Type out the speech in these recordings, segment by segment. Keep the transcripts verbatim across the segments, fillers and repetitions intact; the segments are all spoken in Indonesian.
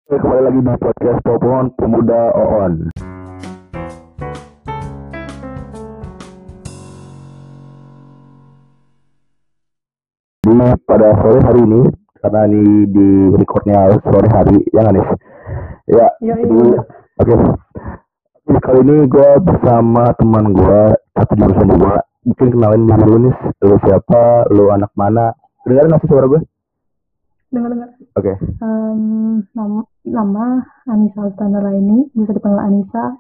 Oke, kembali lagi di podcast Popon Pemuda Oon. Di pada sore hari ini, karena ini di recordnya sore hari, ya nggak nih? Ya, Ya, jadi iya. oke. Jadi kali ini gue bersama teman gue, satu jurusan juga. Mungkin kenalin dulu nih, lu siapa, lu anak mana? Dengar nggak sih suara gue? Dengar-dengar. Oke. Um, nama, nama Anissa Ustandara ini bisa dipanggil Anissa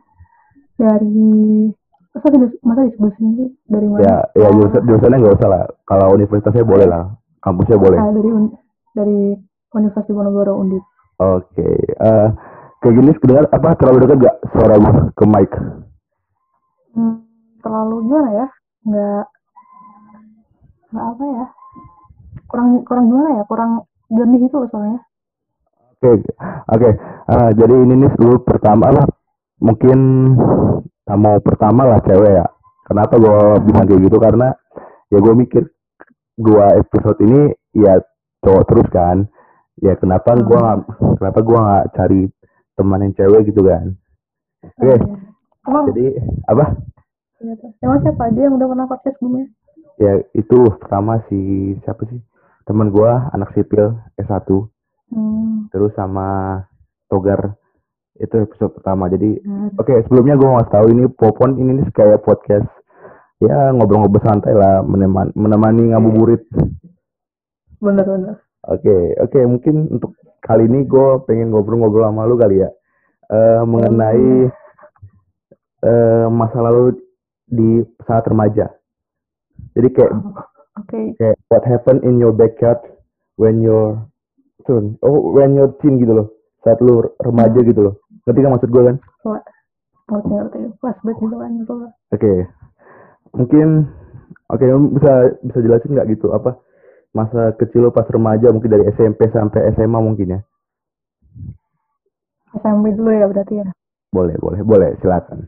dari masa di masa disebut sini dari mana? Ya, ya Oh, jurusan, jurusannya nggak usah lah. Kalau universitasnya boleh lah, kampusnya boleh. ah, dari un- dari Universitas Diponegoro Undip. Oke, eh kayak gini kedengar apa terlalu dekat gak suara gue ke mic? Hmm, terlalu gimana ya? Nggak nggak apa ya? Kurang kurang gimana ya? Kurang jernih itu loh soalnya. Oke, oke. Eh, jadi ini nih dulu pertama lah, mungkin tamu pertama lah cewek ya. Kenapa gue bilang kayak gitu? Karena ya gue mikir dua episode ini ya cowok terus kan. Ya kenapa Oh, gue iya. nggak kenapa gue nggak cari teman yang cewek gitu kan? Oh, Oke, iya. Emang, jadi apa? iya, tuh. Emang siapa aja yang udah pernah podcast sebelumnya? Ya itu pertama si siapa sih? Teman gue anak sipil S satu. Hmm, Terus sama Togar, itu episode pertama. Jadi benar. oke, okay, sebelumnya gue nggak tahu ini Popon ini nih kayak podcast ya ngobrol-ngobrol santai lah, menemani, menemani ngabuburit. Bener-bener. Oke, okay, oke, okay, mungkin untuk kali ini gue pengen ngobrol-ngobrol sama lu kali ya, uh, mengenai uh, masa lalu di saat remaja. Jadi kayak Oke. Okay. kayak what happened in your backyard when you're soon, oh when you're teen gitu loh, saat lu remaja Hmm. gitu loh. Ngerti kan maksud gue kan? Wah, ngerti ngerti. Flashback gitu kan gitu. Oke, okay. Mungkin oke okay, bisa bisa jelasin nggak gitu apa masa kecil lo pas remaja mungkin dari S M P sampai S M A mungkin ya? S M P dulu ya berarti ya. Boleh boleh boleh silakan.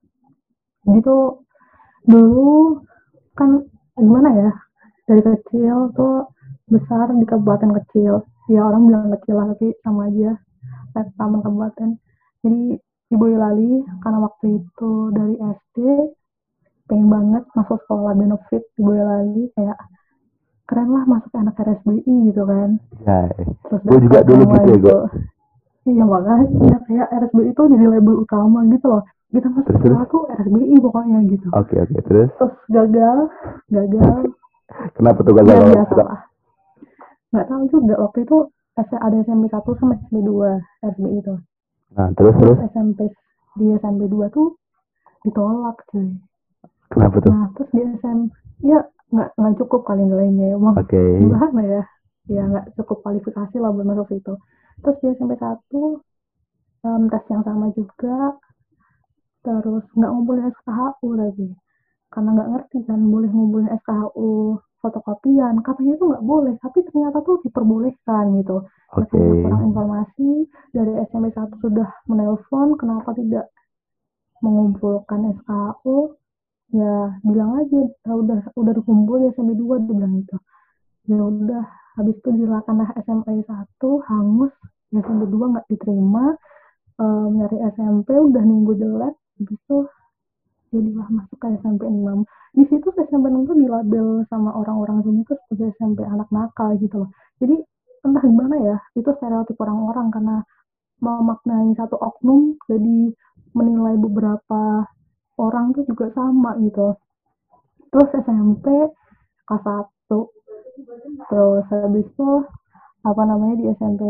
Jadi tuh dulu kan gimana ya, dari kecil tuh besar di kabupaten kecil. Ya orang bilang kecil lah tapi sama aja, taman kabupaten. Jadi di Boyolali karena waktu itu dari S D pengen banget masuk sekolah benefit di Boyolali, kayak keren lah masuk anak R S B I gitu kan. Ya, Terus gue juga dulu nama gitu ya gue. Iya makanya kayak R S B I itu jadi label utama gitu loh. Kita masuk Terus sekolah terus. tuh R S B I pokoknya gitu. Oke oke terus. Terus gagal, gagal. Kenapa tuh gagal? Ya Kalau biasa kita lah. Nggak tahu juga waktu itu S- ada S M P satu sama S M P dua R S B I itu. nah terus Terus terus S M P di S M P dua tuh ditolak cuy. kenapa tuh? Nah terus di S M P ya nggak nggak cukup kali nilainya emang. Oke. Okay. Gimana ya? Ya nggak cukup kualifikasi lah buat masuk situ. Terus di S M P satu um, tes yang sama juga, terus nggak ngumpulin S K H U lagi karena nggak ngerti kan boleh ngumpulin S K H U fotokopian, katanya tuh nggak boleh tapi ternyata tuh diperbolehkan gitu. Ya Oke. karena kurang informasi dari S M P satu sudah menelpon kenapa tidak mengumpulkan S K H U, ya bilang aja udah udah dikumpul di S M P dua dibilang gitu. Ya udah habis itu dilakukanlah S M P satu hangus, S M P dua nggak diterima. Um, nyari S M P udah nunggu jelek, habis itu jadilah masuk ke S M P enam. Di situ S M P enam tuh dilabel sama orang-orang sini tuh sebagai S M P anak nakal gitu loh. Jadi entah gimana ya, itu stereotip orang-orang karena memaknai satu oknum jadi menilai beberapa orang tuh juga sama gitu. Terus S M P kelas satu, terus habis itu apa namanya di S M P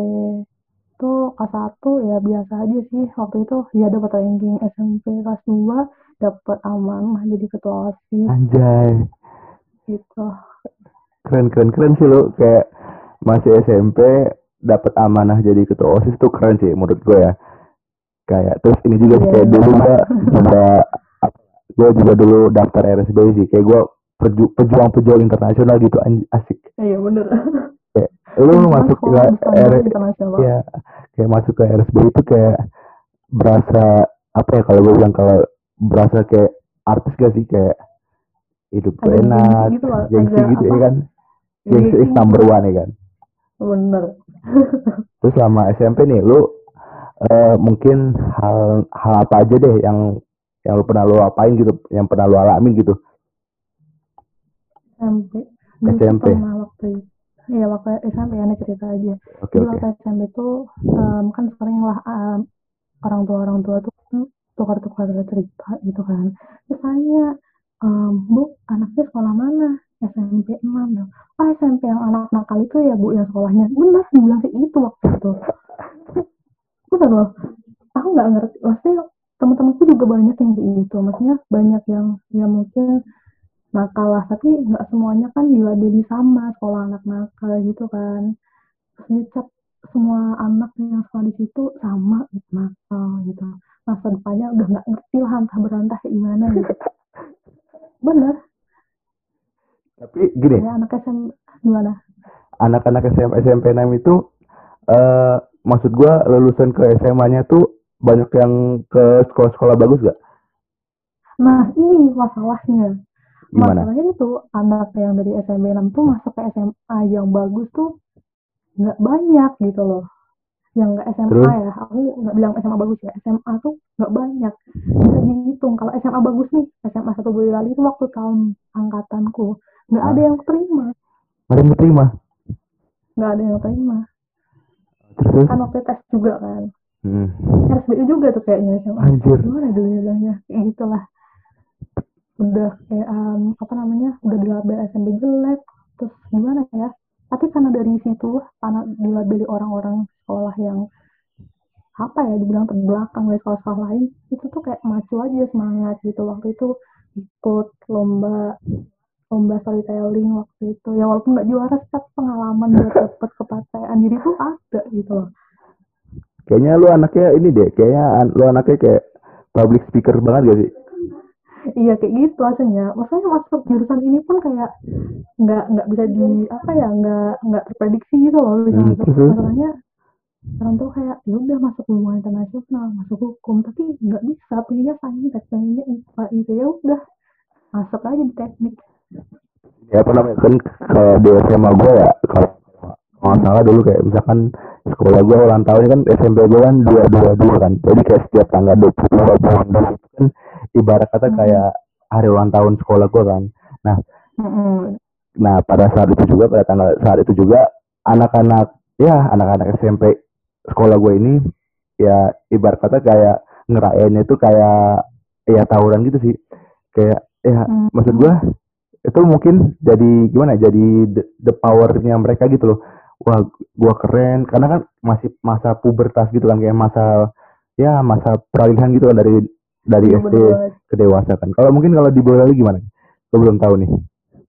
tuh kelas satu ya biasa aja sih waktu itu, ya dapat ranking. S M P kelas dua dapat amanah jadi ketua OSIS Anjay. gitu. Keren keren keren sih lo kayak masih S M P dapat amanah jadi ketua OSIS tuh keren sih menurut gue ya. Kayak terus ini juga sih Iya, kayak iya. dulu gue juga gue juga dulu daftar R S B I sih kayak gue perju pejuang-pejuang internasional gitu asik. Iya bener. Kayak lu Ini kan masuk ke sekolah R standar internasional. ya kayak masuk ke R S B I itu kayak berasa apa ya kalau gue bilang kalau berasa kayak artis gak sih kayak hidup gue Ada enak gengsi gitu loh, gengsi ada gitu apa? ya kan gengsi is Gengsi number gitu. one ya kan. Bener. Terus selama S M P nih lu Eh, mungkin hal hal apa aja deh yang yang lu pernah lu apain gitu, yang pernah lu alamin gitu. S M P dulu tuh S M P. pernah waktu itu, ya waktu S M P ya cerita aja. Oke Jadi oke. waktu S M P tuh um, kan sering lah um, orang tua orang tua tuh kan tukar-tukar cerita gitu kan. Terus tanya, um, Bu, anaknya sekolah mana? S M P enam ya. Ah, S M P yang anak nakal itu ya Bu, yang sekolahnya. Bener, dibilang kayak itu waktu itu. Bener loh. Aku nggak ngerti. Maksudnya teman-temanku juga banyak yang kayak gitu. Maksudnya banyak yang ya mungkin nakal lah, tapi nggak semuanya kan dilabeli sama sekolah anak nakal gitu kan. Terus cap semua anak yang sekolah di situ sama gitu, nakal gitu. Masa depannya udah nggak ngerti lah entah berantah kayak gimana gitu. Bener. Tapi gini, Ya anak S M gimana? anak-anak S M, S M P enam itu eh maksud gua lulusan ke S M A-nya tuh banyak yang ke sekolah-sekolah bagus gak? Nah ini masalahnya. Gimana? Masalahnya itu anak yang dari S M P enam tuh masuk ke S M A yang bagus tuh nggak banyak gitu loh. Yang nggak S M A Terus ya, aku nggak bilang S M A bagus ya, S M A tuh nggak banyak, bisa dihitung. Kalau S M A bagus nih, S M A satu Boyolali itu waktu tahun angkatanku nggak ada ah, yang terima, ada yang diterima. nggak ada yang terima. Terus Kan waktu tes juga kan, hmm. R S B I juga tuh kayaknya S M A. Anjir. Gimana dulu ya bilangnya, kayak gitulah. Udah kayak um, apa namanya, udah dilabel S M P jelek, terus gimana ya? Tapi karena dari situ, karena dilabeli orang-orang sekolah yang apa ya dibilang terbelakang dari sekolah-sekolah lain, itu tuh kayak macu aja semangat gitu. Waktu itu ikut lomba lomba storytelling waktu itu ya, walaupun nggak juara tapi pengalaman buat dapet kepercayaan diri tuh ada gitu loh. Kayaknya lu anaknya ini deh, kayaknya an- lu anaknya kayak public speaker banget gak sih? Iya kayak gitu aslinya. Maksudnya masuk jurusan ini pun kayak nggak nggak bisa di apa ya, nggak nggak terprediksi gitu loh bisa Hmm, masuk. terus Masalahnya orang tuh kayak ya udah masuk hubungan internasional, masuk hukum, tapi nggak bisa, pengennya saintek, pengennya I P A gitu, ya udah masuk aja di teknik. ya apa namanya kan kalau di S M A gue ya kalau nggak Hmm. salah dulu kayak misalkan sekolah gue ulang tahunnya kan S M P gue kan dua dua dua kan, jadi kayak setiap tanggal dua puluh dua bulan dua itu kan ibarat kata Hmm. kayak hari ulang tahun sekolah gue kan. Nah, Hmm. nah pada saat itu juga pada tanggal saat itu juga anak-anak ya anak-anak S M P sekolah gue ini ya ibarat kata kayak ngerayainnya itu kayak ya tawuran gitu sih, kayak ya Hmm. maksud gue itu mungkin jadi gimana jadi the, the powernya mereka gitu loh. Wah gua keren karena kan masih masa pubertas gitu kan, kayak masa ya masa peralihan gitu kan dari dari Iya S D bener banget. ke dewasa kan. Kalau mungkin kalau di bola gimana, gua belum tahu nih.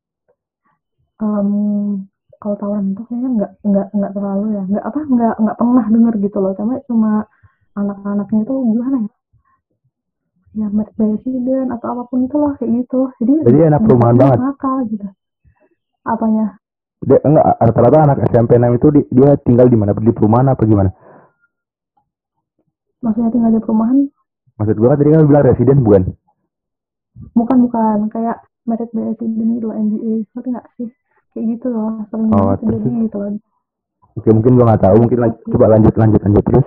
um, Kalau tawaran itu kayaknya nggak nggak nggak terlalu ya, nggak apa nggak nggak pernah denger gitu loh. Cuma cuma anak-anaknya itu gimana ya, ya match presiden atau apapun itu loh kayak gitu. Jadi Jadi anak perumahan dikiranya banget. nakal gitu. Apanya? Dia enggak, rata-rata anak S M P enam itu di, dia tinggal di mana, di perumahan apa gimana? Maksudnya tinggal di perumahan? Maksud gua kan tadi kan lu bilang residen bukan? Bukan bukan kayak merit presiden itu loh, M B A. Ngerti nggak sih? Kayak gitu loh. Sering Oh banget terus, terjadi terus. gitu loh. Oke mungkin gua nggak tahu, mungkin lan- Waktu coba lanjut lanjut lanjut terus.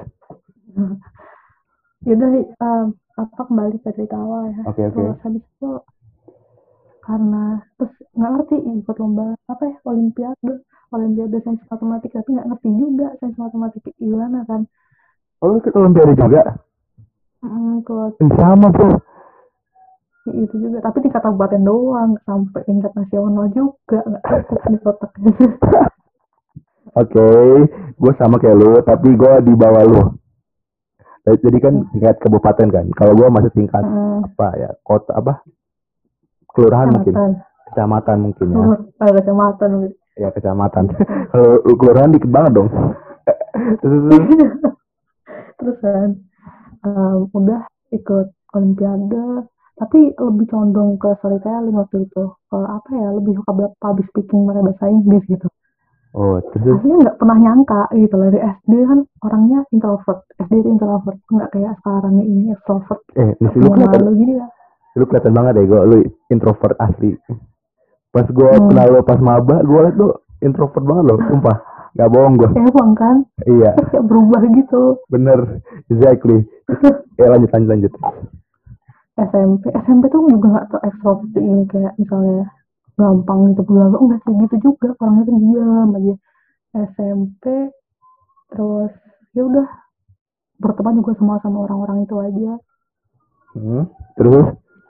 yaudah um, apa kembali ke cerita awal ya. Oke oke. Terus habis itu karena terus nggak ngerti ikut lomba apa ya, olimpiade olimpiade sains matematik, tapi nggak ngerti juga sains matematik gimana kan. Oh lu ikut olimpiade juga? Mm, ikut Eh, sama bro. itu juga tapi tingkat kabupaten doang, sampai tingkat nasional juga nggak cukup di kotaknya. Oke, okay. Gue sama kayak lu, tapi gue di bawah lu. Jadi kan tingkat kabupaten kan. Kalau gue masih tingkat Mm, apa ya, kota apa, kelurahan mungkin, kecamatan. kecamatan mungkin ya. Oh, ada kecamatan gitu. Ya kecamatan. Kalau kelurahan dikit banget dong. Terus, Terus kan um, udah ikut olimpiade, tapi lebih condong ke storytelling waktu itu. Kalau apa ya, lebih suka public speaking pakai bahasa Inggris gitu. oh terus, Aslinya nggak pernah nyangka gitu loh, dari S D kan orangnya introvert, S D itu introvert, nggak kayak sekarang ini extrovert, eh nggak misi lu punya kelihatan, malu gini ya. lu kelihatan banget deh gue, lu introvert asli. Pas gue Hmm. kenal lu pas maba, gue liat lu introvert banget loh, sumpah. Gak bohong gue. Emang kan, Iya, terus kayak berubah gitu. bener, exactly. Ya lanjut lanjut lanjut. S M P, S M P tuh juga nggak tuh ekstrovert ini kayak misalnya gampang gitu bulan enggak sih gitu juga, orangnya tuh diam aja. S M P terus ya udah berteman juga semua sama orang-orang itu aja. Hmm. Terus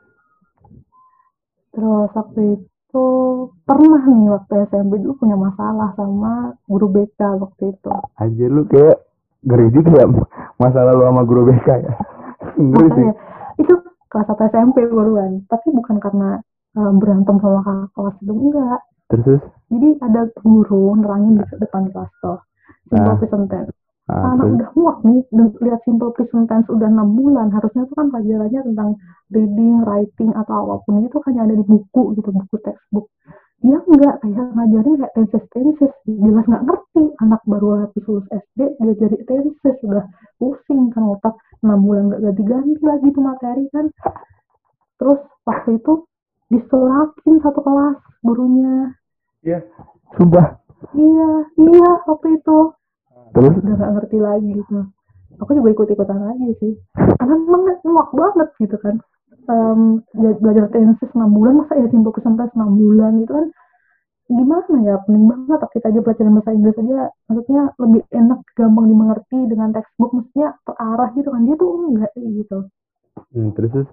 Terus waktu itu pernah nih waktu S M P dulu punya masalah sama guru B K waktu itu. aja lu kayak ngeri juga ya masalah lu sama guru B K ya. Ngeri sih. Makanya itu kelas satu S M P baruan, tapi bukan karena uh, berantem sama kakak kelas itu enggak. Terus Jadi ada guru nerangin di depan kelas tuh simple nah, present tense. nah Anak terus udah muak nih lihat simple present tense udah enam bulan, harusnya tuh kan pelajarannya tentang reading, writing atau apapun itu kan yang ada di buku gitu, buku textbook. Dia enggak kayak ngajarin kayak tenses tenses, jelas nggak ngerti. Anak baru habis lulus S D dia jadi tenses, sudah pusing kan otak, enam bulan nggak ganti-ganti lagi tuh materi kan. Terus waktu itu disorakin satu kelas gurunya. iya sumpah. Iya, iya waktu itu. Terus Udah gak ngerti lagi gitu. Aku juga ikut-ikutan aja sih. Karena memang muak banget gitu kan. Um, belajar tenses enam bulan, masa ya simple presentasi enam bulan gitu kan. Gimana ya, pening banget. Kita aja pelajaran bahasa Inggris aja, maksudnya lebih enak, gampang dimengerti dengan textbook. Maksudnya terarah gitu kan. Dia tuh enggak gitu. hmm, terus terus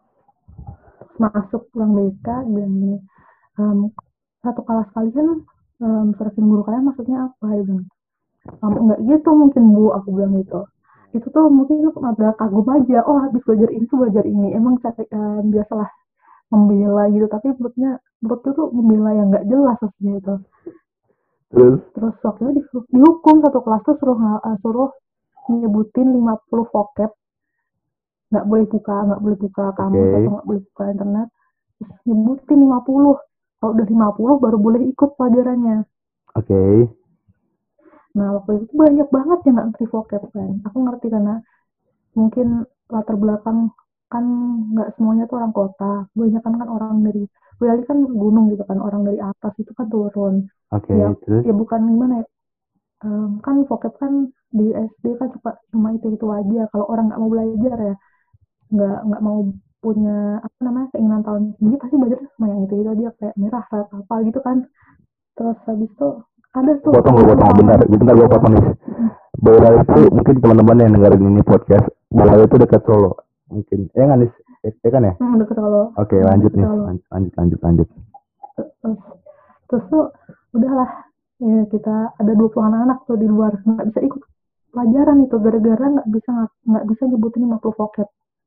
Masuk pulang B K, bilang gini, um, satu kelas kalian um, serakin guru kalian maksudnya apa? Dia bilang, um, enggak gitu mungkin Bu, aku bilang gitu. Itu tuh mungkin itu ada kagum aja, oh habis belajar ini tuh belajar ini, emang cari uh, biasalah membela gitu, tapi menurutnya menurutku tuh membela yang nggak jelas maksudnya itu. terus Terus waktu itu di, dihukum satu kelas tuh suruh uh, suruh nyebutin lima puluh vocab, nggak boleh buka nggak boleh buka kamus oke atau nggak boleh buka internet. Terus nyebutin lima puluh, kalau udah lima puluh baru boleh ikut pelajarannya. oke Nah waktu itu banyak banget yang nggak ngerti vocab kan, aku ngerti karena mungkin latar belakang kan nggak semuanya tuh orang kota, banyak kan kan orang dari Boyolali kan gunung gitu kan, orang dari atas itu kan turun. oke Ya terus ya bukan gimana ya, um, kan vocab kan di S D kan cuma cuma itu itu aja. Kalau orang nggak mau belajar ya, nggak nggak mau punya apa namanya keinginan tahun tinggi, pasti belajar sama yang itu itu aja kayak merah red apa gitu kan. Terus habis itu ada tuh potong gue kelas potong pertama. bentar bentar gue potong nih. Boyolali itu mungkin teman-teman yang dengerin ini podcast Boyolali itu dekat Solo mungkin ya nggak nih ya, ya kan ya Hmm, deket kalau oke hmm, lanjut deket nih kalau lanjut lanjut lanjut lanjut terus terus tuh udahlah ya, kita ada dua puluh anak-anak tuh di luar nggak bisa ikut pelajaran itu gara-gara nggak bisa nggak bisa nyebutin lima puluh vocab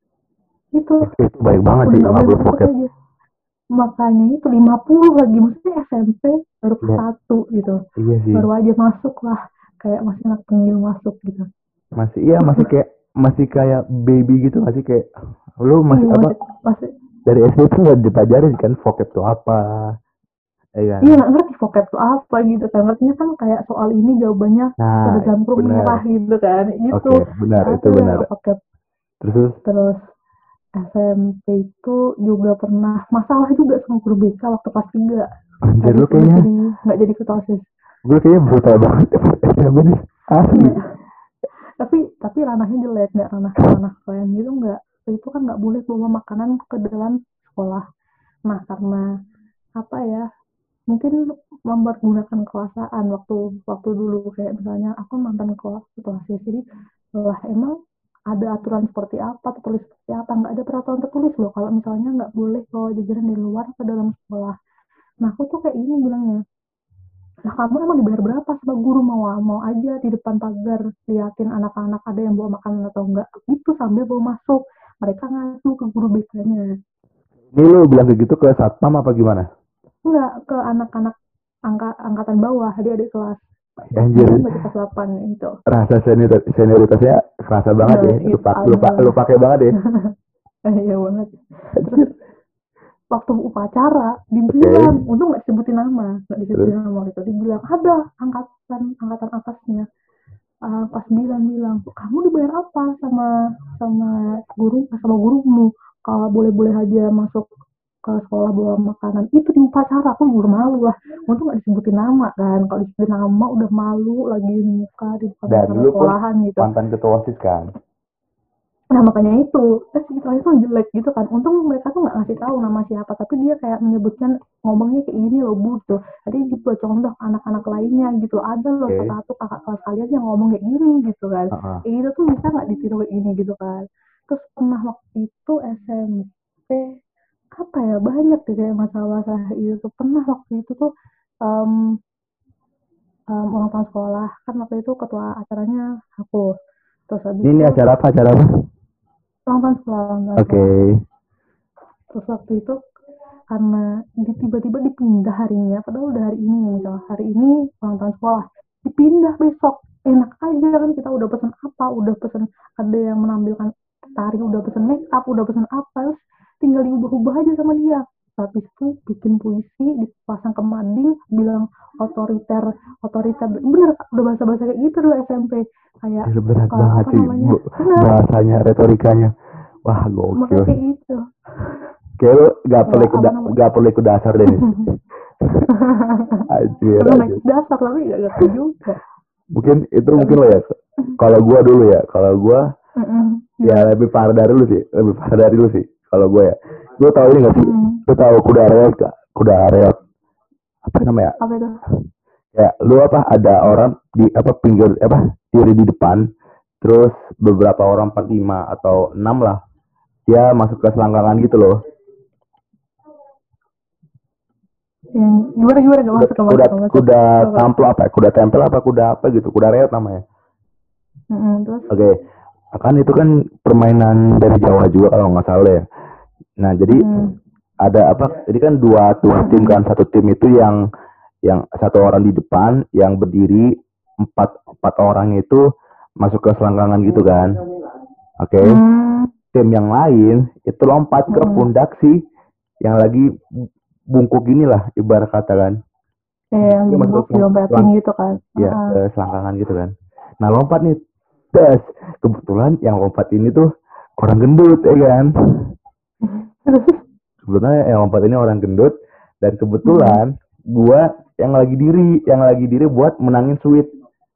itu. itu, itu baik banget Udah sih nggak lima boleh puluh ikut vocab aja, makanya itu lima puluh lagi, maksudnya S M P baru kelas ya satu gitu, iya sih baru aja masuk lah, kayak masih anak tengil masuk gitu. masih iya masih kayak masih kayak baby gitu masih kayak lu masih Iya apa masih masih dari S D tuh nggak dipelajarin kan vocab tuh apa ya kan iya nggak ngerti vocab tuh apa gitu kan, ngertinya kan kayak soal ini jawabannya nah ada jamur benar merah gitu kan itu. oke benar Nggak itu ada benar vocab. terus terus Terus S M P itu juga pernah masalah juga sama guru B K waktu kelas tiga. anjir Tadi lu udah kayaknya jadi nggak jadi ketua OSIS. gue kayaknya brutal banget S M P nih asli Nggak. Tapi tapi ranahnya jelek, nggak ranah ranah kalian gitu nggak. Itu kan nggak boleh bawa makanan ke dalam sekolah. Nah karena apa ya? Mungkin mempergunakan kekuasaan waktu waktu dulu kayak misalnya aku mantan ketua OSIS, jadi lah emang ada aturan seperti apa, tertulis seperti apa, nggak ada peraturan tertulis loh kalau misalnya nggak boleh bawa jajanan dari luar ke dalam sekolah. Nah aku tuh kayak ini bilangnya, nah kamu emang dibayar berapa sama guru, mau mau aja di depan pagar liatin anak-anak ada yang bawa makanan atau enggak itu sambil bawa masuk, mereka ngadu ke guru B K-nya. ini lu bilang kayak gitu ke satpam apa gimana Enggak, ke anak-anak angka, angkatan bawah, adik-adik kelas. anjir Mungkin bagi kelas delapan itu. rasa senior senioritasnya kerasa banget Nah, ya lu, itu pak, lu, pak, lu adalah pakai banget ya iya banget. Terus waktu upacara oke dibilang, untung nggak disebutin nama, nggak terus disebutin nama gitu. Dibilang ada angkatan angkatan atasnya. Uh, pas bilang bilang, kamu dibayar apa sama sama guru sama gurumu? Kalau boleh-boleh aja masuk ke sekolah bawa makanan itu di upacara, aku juga malu lah. Untung nggak disebutin nama kan, kalau disebutin nama udah malu lagi muka di depan Dan acara dulu pun sekolahan gitu. mantan ketua OSIS kan. Nah makanya itu, terus gitu itu jelek gitu kan. Untung mereka tuh nggak ngasih tahu nama siapa, tapi dia kayak menyebutkan ngomongnya kayak gini loh bu tuh. Jadi dibuat contoh anak-anak lainnya gitu. Ada loh Oke. satu kakak kelas kalian yang ngomong kayak gini gitu kan. Heeh. Kayak gitu tuh bisa nggak ditiru kayak gini gitu kan. Terus pernah waktu itu S M P apa ya banyak deh kayak masalah-masalah itu. Pernah waktu itu tuh um, um, ulang tahun sekolah kan waktu itu ketua acaranya aku. Terus habis Ini, ini itu acara apa? Acara apa? ulang tahun sekolah, ulang tahun Oke. sekolah. Terus waktu itu karena di- tiba-tiba dipindah harinya, padahal udah hari ini nih misalnya hari ini ulang tahun sekolah, dipindah besok. Enak aja kan kita udah pesen apa, udah pesen ada yang menampilkan tari, udah pesen make up, udah pesen apa, terus tinggal diubah-ubah aja sama dia. Habis itu bikin puisi, dipasang ke mading, bilang otoriter, otoriter, bener udah bahasa-bahasa kayak gitu dulu S M P. Kayak Itu berat uh, banget apa sih namanya? bu- Bener, bahasanya, retorikanya. Wah makanya gokil. kayak gitu. Kayak lu gak Ya, perlu ikut apa da- namanya? gak perlu ikut dasar deh nih. Anjir, Emang anjir. naik dasar tapi gak ngerti juga. Mungkin itu Gak mungkin bisa. lo ya. Kalau gua dulu ya, kalau gua Mm-mm. ya lebih parah dari lu sih, lebih parah dari lu sih. Kalau gua ya, lu tahu ini gak sih? Mm-mm. Lu tahu kuda reot gak? Kuda reot. Apa namanya? Apa itu? Ya, lu apa? Ada orang di apa pinggir apa diri di depan, terus beberapa orang empat lima atau enam lah, dia masuk ke selangkangan gitu loh. Yang gimana gimana gak Kuda masuk gak kuda, masuk gak masuk. kuda Coba. tampil apa? Kuda tempel apa? Kuda apa gitu? Kuda reot namanya. Mm-mm, terus? Oke, kan itu kan permainan dari Jawa juga kalau nggak salah ya. Nah, jadi Mm. ada apa? Jadi kan dua dua tim kan, satu tim itu yang yang satu orang di depan, yang berdiri empat empat orang itu masuk ke selangkangan gitu kan. Oke, Mm. tim yang lain itu lompat ke Mm. pundak si yang lagi bungkuk gini lah, ibarat kata kan. Eh, yang Dia masuk bungkuk ke selang- dilompetin selang- gitu kan. ya Uh-uh. ke selangkangan gitu kan. Nah lompat nih, tes kebetulan yang lompat ini tuh orang gendut ya kan. Terus? Sebenarnya yang lompat ini orang gendut dan kebetulan gua yang lagi diri, yang lagi diri buat menangin sweet.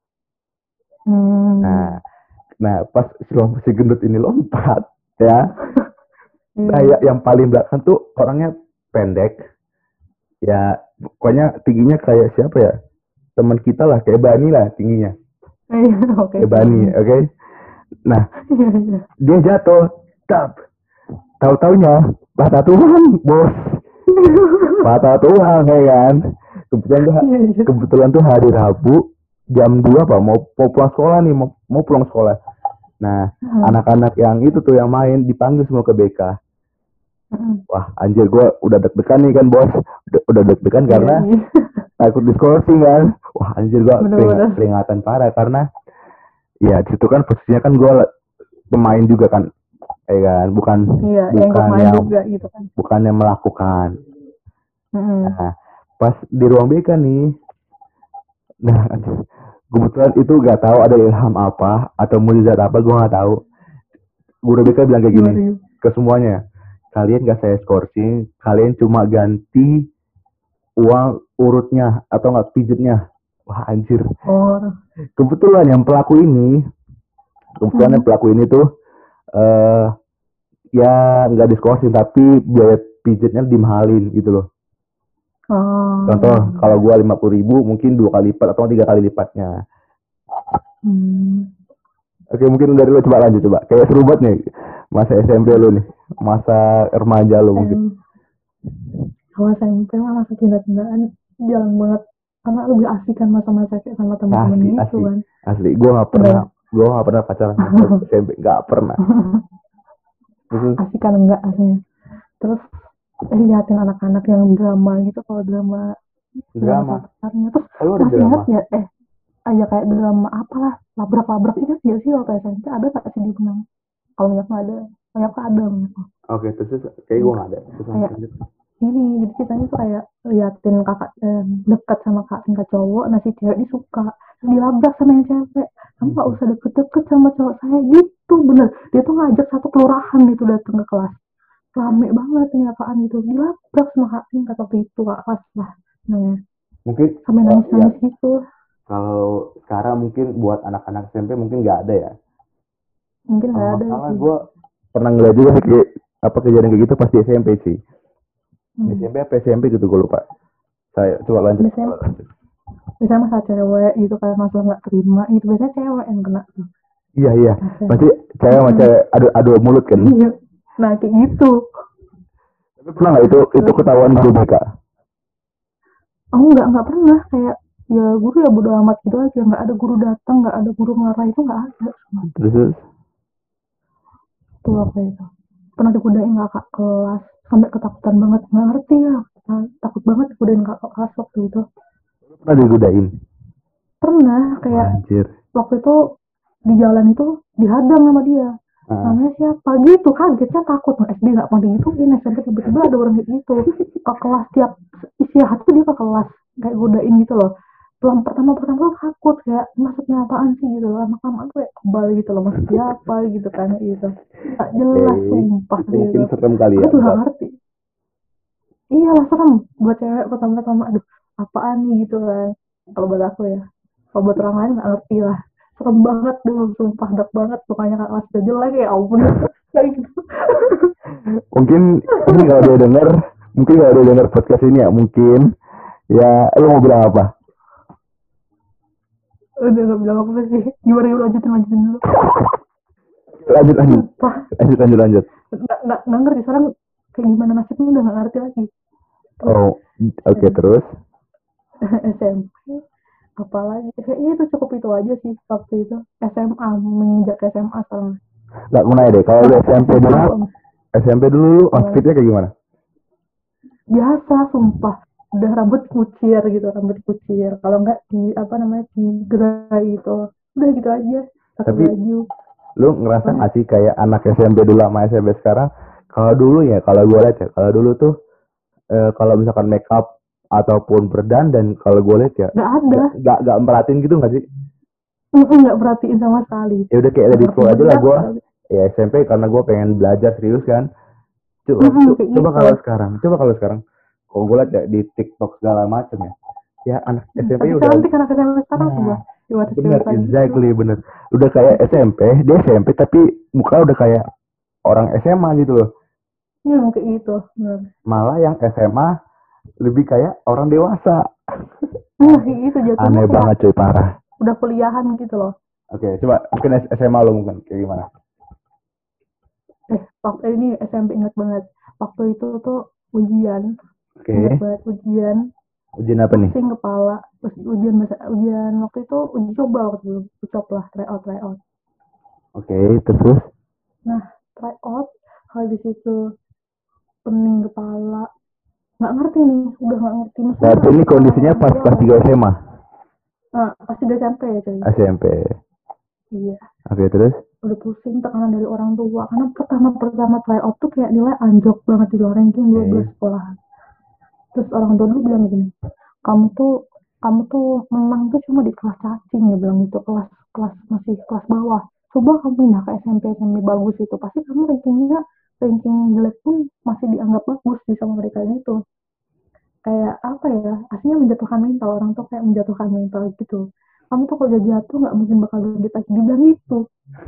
Hmm. Nah, nah pas si, lom- si gendut ini lompat ya, Iya. nah ya, yang paling belakang tuh orangnya pendek, ya pokoknya tingginya kayak siapa ya? Teman kita lah, kayak Bani lah tingginya, Iya, oke. kayak Bani, oke? Nah Iya, iya. dia jatuh, tap, tahu-taunya patah tulang, bos, patah tulang ya kan. Kebetulan tuh, Iya, iya. kebetulan tuh hari Rabu jam dua apa mau, mau pulang sekolah nih, mau, mau pulang sekolah. Nah, Hmm. anak-anak yang itu tuh yang main dipanggil semua ke B K. Mm-mm. Wah, anjir gue udah deg-degan nih kan, bos. Udah, udah deg-degan karena Iya, iya. takut diskorsing kan. Wah, anjir gue Bener-bener. peringatan parah karena ya di situ kan posisinya kan gue pemain juga kan. Ya kan, bukan Iya, yang bukan main yang juga gitu kan. bukan yang melakukan. Mm-mm. Nah, pas di ruang B K nih, nah kebetulan itu gak tahu ada ilham apa atau mujizat apa, gue gak tahu. Guru B K bilang kayak gini Gimana, ke semuanya, kalian gak saya skorsing, kalian cuma ganti uang urutnya atau nggak pijetnya. Wah anjir. Oh. Kebetulan yang pelaku ini, kebetulan Hmm. yang pelaku ini tuh eh ya nggak diskorsing tapi biaya pijetnya dimahalin gitu loh. Oh. Contoh kalau gua lima puluh ribu mungkin dua kali lipat atau tiga kali lipatnya. Hmm. Oke mungkin dari lo coba lanjut coba. Kayak seru banget nih masa S M P lo nih, masa remaja lo mungkin. Em, Kalau S M P mah masa cinta-cintaan jarang banget karena lebih asik kan masa-masa kayak sama teman-teman Asli, gitu asli. kan. Asli, gua nggak pernah, gua nggak pernah pacaran sama S M P, nggak pernah. Terus Asik kan enggak aslinya. Terus eh, liatin anak-anak yang drama gitu, kalau drama drama. pacarnya terus Oh, lu ada masih drama? ingat ya eh ah, ya kayak drama apalah labrak-labrak ingat nggak sih waktu S M P ada nggak sih di Benang? Kalau minyak nggak ada, minyak ada minyak. Oke, terus terus kayak gua nggak ada. Terus Kayak lanjut. ini jadi ceritanya tuh kayak liatin kakak eh, dekat sama kakak tingkat cowok, nah si cewek ini suka dilabrak sama yang cewek, kamu nggak usah deket-deket sama cowok saya gitu, bener dia tuh ngajak satu kelurahan itu datang ke kelas, rame banget nih apaan gitu, dilabrak sama kak tingkat waktu itu kak kelas lah namanya, Mungkin sampai oh, nangis ya nangis gitu. kalau sekarang mungkin buat anak-anak S M P mungkin nggak ada ya. Mungkin Kalau nggak nggak ada salah sih. gue pernah ngeliat juga sih kayak apa kejadian kayak gitu pas di S M P sih. Di Hmm. S M P apa S M P gitu gue lupa. Saya coba lanjut. biasanya Coba lanjut. biasanya masalah cewek gitu kan, masalah nggak terima gitu, biasanya cewek yang kena tuh. Iya iya. Biasanya. Pasti cewek sama Mm-mm. cewek adu adu mulut kan. Iya, nah kayak gitu. Tapi pernah nggak itu itu Terus ketahuan guru B K? aku nggak nggak pernah kayak, ya guru ya bodo amat gitu aja, nggak ada guru datang, nggak ada guru marah, itu nggak ada. Terus terus. Tuh waktu itu pernah digodain kakak kelas sampai ketakutan banget, nggak ngerti ya, takut banget digodain kakak kelas waktu itu. Pernah digodain. Pernah Wah, kayak anjir. waktu itu di jalan itu dihadang sama dia, Ah, namanya siapa gitu, kagetnya takut. Nah, S D nggak pernah digituin, S M P tiba-tiba ada orang kayak gitu ke kelas, tiap istirahat tuh dia ke kelas kayak godain gitu loh. Belum pertama pertama tuh takut kayak maksudnya apaan sih gitu loh, lama-lama tuh kayak kebal gitu loh, maksudnya apa gitu kan gitu, tak oke. jelas sumpah Itu mungkin gitu. serem kali Aku ya juga buat. gak ngerti, iyalah serem buat cewek pertama-tama, aduh apaan nih gitu kan, kalau buat aku ya. Kalau buat orang lain nggak ngerti lah, serem banget dulu sumpah, dark banget pokoknya, kak kelas udah jelek ya ampun kayak gitu. Mungkin ini kalau dia denger, mungkin kalau dia denger podcast ini ya mungkin ya lu mau bilang apa? Udah gak bilang apa sih, gimana yuk, lanjutin lanjutin dulu. Lanjut lanjut. Sumpah Lanjut lanjut lanjut. nggak nggak nggak ngerti sekarang kayak gimana nasibnya, udah nggak ngerti lagi. Terus Oh, oke S M P terus. S M P apalagi kayaknya itu cukup itu aja sih waktu itu. S M A, menginjak S M A sekarang. Nggak mau nanya deh, kalau lu Nah, S M P dulu, S M A apa S M P dulu lu gimana, outfitnya kayak gimana? biasa sumpah, udah rambut kucir gitu, rambut kucir, kalau nggak di apa namanya di gerai itu, udah gitu aja pakai Tapi baju. lu ngerasa Oh, nggak sih kayak anak S M P dulu sama S M P sekarang? Kalau dulu ya, kalau gue lihat ya, kalau dulu tuh eh, kalau misalkan make up ataupun berdandan, kalau gue lihat ya nggak ada. nggak nggak nggak merhatiin gitu nggak sih? Mm-mm, nggak perhatiin sama sekali, Ya udah kayak nggak let it ngerti flow aja lah juga. gue. Ya S M P karena gue pengen belajar serius kan. Coba, Mm-mm, coba, kayak coba gitu. kalau sekarang, coba kalau sekarang, kalau gue lihat ya di TikTok segala macam ya, ya anak S M P Tapi udah, cantik anak S M P sekarang nah sudah bener dewasa-dewasa gitu. exactly bener, udah kayak S M P, dia S M P tapi muka udah kayak orang S M A gitu loh. Iya kayak gitu. Bener. Malah yang S M A lebih kayak orang dewasa. Nah, Aneh, kayak gitu jatuhnya aneh kayak banget cuy parah. udah kuliahan gitu loh. Oke, coba mungkin S M A lo mungkin kayak gimana? Eh, waktu ini S M P ingat banget. Waktu itu tuh ujian, Oke, ingat banget ujian, ujian apa nih? pusing kepala. Terus ujian masa ujian waktu itu uji coba, waktu itu uji coba lah, try out try out. Oke, terus Nah, try out habis itu pening kepala, nggak ngerti nih, udah nggak ngerti maksudnya. berarti ini kondisinya orang pas tua kelas tiga S M A, nah, pasti udah S M P ya coy. S M P. Iya, Oke, terus udah pusing, tekanan dari orang tua karena pertama-pertama try out tuh kayak nilai anjlok banget di luar ranking dua belas oke. sekolahan. Terus orang tua dulu bilang gini, kamu tuh kamu tuh menang tuh cuma di kelas cacing, ya bilang itu, kelas kelas masih kelas bawah. Coba kamu pindah ke S M P S M P bagus itu, pasti kamu rankingnya, ranking jelek pun masih dianggap bagus di sama mereka gitu. Kayak apa ya, aslinya menjatuhkan mental, orang tuh kayak menjatuhkan mental gitu. Kamu tuh kalau jatuh nggak mungkin bakal bangkit lagi, dibilang gitu.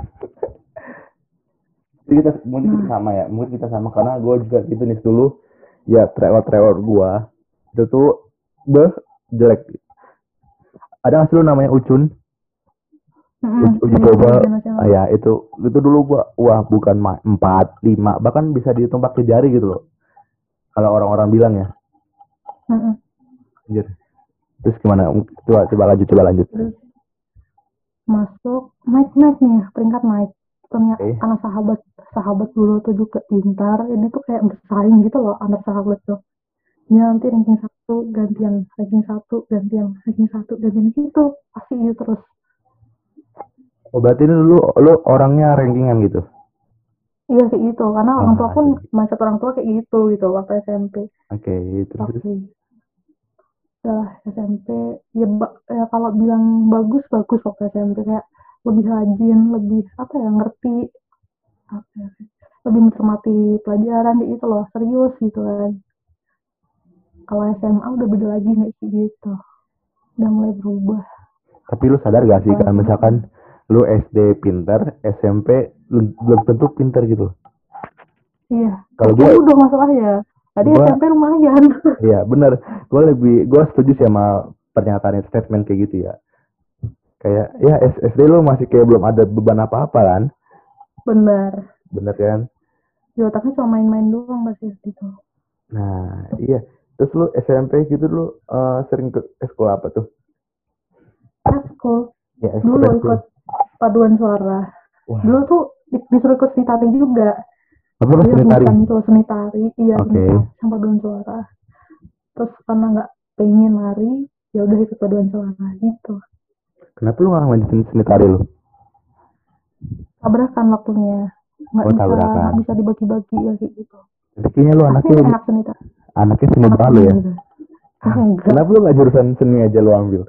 Jadi kita mungkin kita Nah, sama ya, mungkin kita sama karena gue juga gitu nih dulu. Ya tryout tryout gue itu tuh beh jelek. Ada nggak sih lu namanya Ucun? mm-mm, Uji, uji iya, coba, ujian ah, nasional. ya itu itu dulu gua wah bukan ma- empat lima bahkan bisa dihitung pakai jari gitu loh. Kalau orang-orang bilang ya, Mm-mm. anjir. Terus gimana? Coba coba lanjut coba lanjut. Terus masuk, naik naik nih peringkat naik, ternyata Oke. karena sahabat sahabat dulu tuh juga pintar, ini tuh kayak bersaing gitu loh anak sahabat tuh, ya nanti ranking satu gantian, ranking satu gantian, ranking satu gantian gitu, pasti gitu terus. Oh berarti ini dulu lu orangnya rankingan gitu. Iya kayak gitu, karena orang tua Wah, pun asli. mindset orang tua kayak gitu gitu waktu S M P. Oke, terus terus. Waktu udah S M P ya, ba- ya kalau bilang bagus bagus waktu S M P, kayak lebih rajin, lebih apa ya, ngerti apa ya, lebih mencermati mengamati pelajaran itu loh, serius gitu kan. Kalau S M A udah beda lagi nggak sih gitu, udah mulai berubah. Tapi lu sadar gak sih Kalau kalau S M A, misalkan lu S D pinter, S M P lu belum tentu pinter gitu. iya, Kalau itu gue, udah masalah ya. Tadi gue, S M P lumayan. iya bener. Gue lebih, gue setuju sih sama pernyataan statement kayak gitu ya. Kayak ya S- SD lu masih kayak belum ada beban apa-apa kan, Bener. bener kan? Di otaknya cuma main-main doang pas gitu. Nah iya. Terus lu S M P gitu lu eh, sering ke sekolah apa tuh? Eskul. Ya Dulu ekskul ekskul. ikut paduan suara. Dulu Wah, tuh di- disuruh ikut seni tari juga. apa lu Jadi seni tari? rebutan itu seni tari, iya Oke. seni tari sama paduan suara. Terus karena nggak pengen lari, ya udah ikut paduan suara gitu. Kenapa lu nggak lanjutin seni tari lu? Tabrakan waktunya, nggak Oh bisa nggak tabrakan. bisa dibagi-bagi ya kayak gitu. Jadi kayaknya lu Pasti anaknya enak seni tari, anaknya seni anak banget lu seni ya. gitu. Enggak, Kenapa lu nggak jurusan seni aja lu ambil?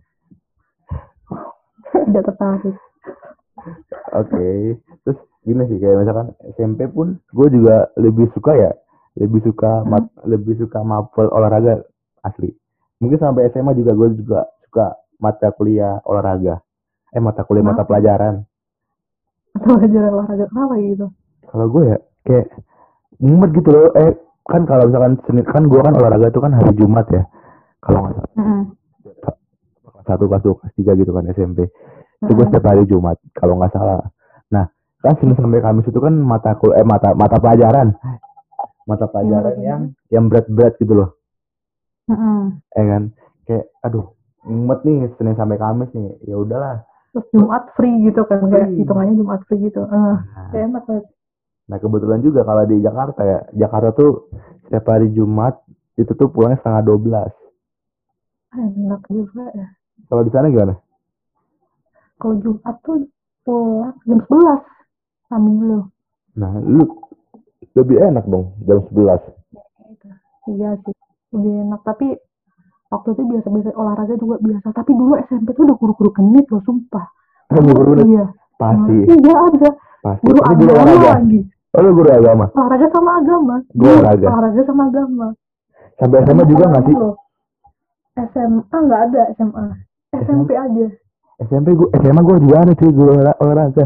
tidak tertarik. Oke. Terus gini sih kayak misalkan S M P pun gue juga lebih suka ya, lebih suka mat, Hmm. lebih suka mapel olahraga asli. Mungkin sampai S M A juga gue juga suka mata kuliah olahraga. Eh mata kuliah mata Kenapa? pelajaran. Atau belajar olahraga kenapa gitu? Kalau gue ya kayak mumet gitu loh. Eh kan kalau misalkan Senin kan gue kan olahraga itu kan hari Jumat ya. Kalau nggak salah Mm-mm. kelas satu kelas dua kelas tiga gitu kan S M P. Itu gue Mm-mm. setiap hari Jumat kalau nggak salah. Nah kan Senin sampai Kamis itu kan mata kul eh mata mata pelajaran mata pelajaran Iya, yang yang berat-berat gitu loh. Mm-mm. Eh kan kayak aduh mumet nih Senin sampai Kamis nih. Ya udahlah. Terus Jumat free gitu kan, kayak Free. hitungannya Jumat free gitu. Eh, Nah, kayak enak banget. nah kebetulan juga kalau di Jakarta ya Jakarta tuh setiap hari Jumat itu tuh pulangnya setengah dua belas. Enak juga ya. Kalau di sana gimana? Kalau Jumat tuh pulang jam sebelas kami dulu. Nah lu lebih enak dong jam sebelas. Gitu. Iya sih, lebih enak. Tapi waktu itu biasa-biasa olahraga juga biasa. Tapi dulu S M P tuh udah guru-guru genit loh, sumpah. Oh, guru genit? Iya. Pasti. Nah, iya ada. Pasti. Guru Ini guru agama olahraga. lagi. Oh lu guru agama? Olahraga sama agama. Guru Iya, olahraga. olahraga sama agama. Sampai S M A juga nggak sih? Loh. S M A nggak ada S M A. S M P aja. S M P gue, S M A gue juga ada sih guru olah- olahraga.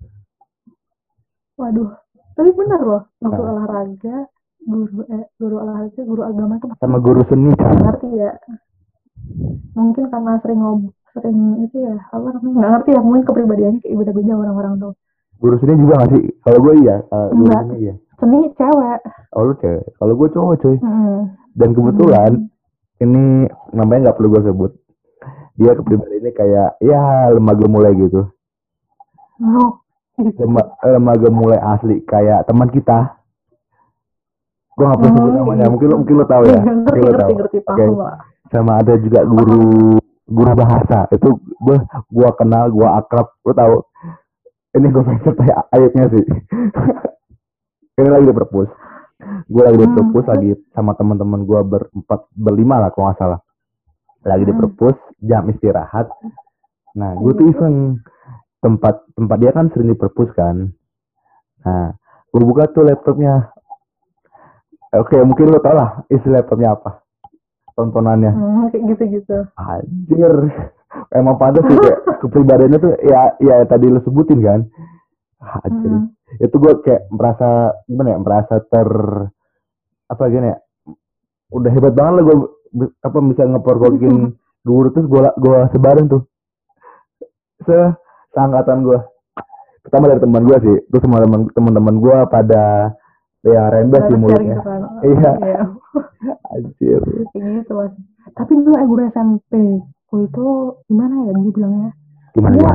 Waduh. Tapi benar loh, guru Nah. olahraga, guru eh, guru olahraga, guru agama itu Sama guru seni nggak kan. ngerti ya. Mungkin karena sering ngob sering itu ya, apa namanya? Nggak ngerti ya, mungkin kepribadiannya kayak beda-beda orang-orang tuh. Guru seni juga nggak sih? Kalau gue iya, uh, guru Enggak. seni iya. Seni cewek. Oh lu cewek. Kalau gue cowok cuy. Mm-hmm. Dan kebetulan ini namanya nggak perlu gue sebut. Dia kepribadiannya kayak ya lembaga mulai gitu. Oh, gitu. Lema- lembaga mulai asli kayak teman kita. Gue nggak perlu sebut Hmm, namanya. gitu. Mungkin lo mungkin lo tahu ya. Ngerti, Mungkin lo ngerti, tahu. ngerti, Oke. paham lah. Sama ada juga guru guru bahasa. Itu gue gua kenal, gue akrab. Lo tahu? Ini gue pengen cerita ayatnya sih. Ini lagi di perpus. Gue lagi di Hmm. perpus lagi sama teman-teman gue berempat berlima lah kalau nggak salah. Lagi di Hmm. perpus jam istirahat. Nah, gue tuh iseng tempat tempat dia kan sering di perpus kan. Nah, gue buka tuh laptopnya. Oke, mungkin lo tau lah isi laptopnya apa. Tontonannya. Hmm, kayak gitu-gitu. Anjir. Emang pantas sih kayak kepribadiannya tuh ya ya tadi lo sebutin kan. Anjir. Hmm. Itu gue kayak merasa gimana ya? Merasa ter apa gini ya? Udah hebat banget lah gue apa bisa ngepergokin guru terus gue gue sebarin tuh. Se seangkatan gue. Pertama dari teman gue sih, terus semua teman teman-teman gue pada ya rembes sih Share mulutnya. gitu kan. Iya. Iya. Anjir. Kayak gitu mas. Tapi dulu eh, guru S M P ku itu gimana ya dia bilangnya? Gimana Dia ya?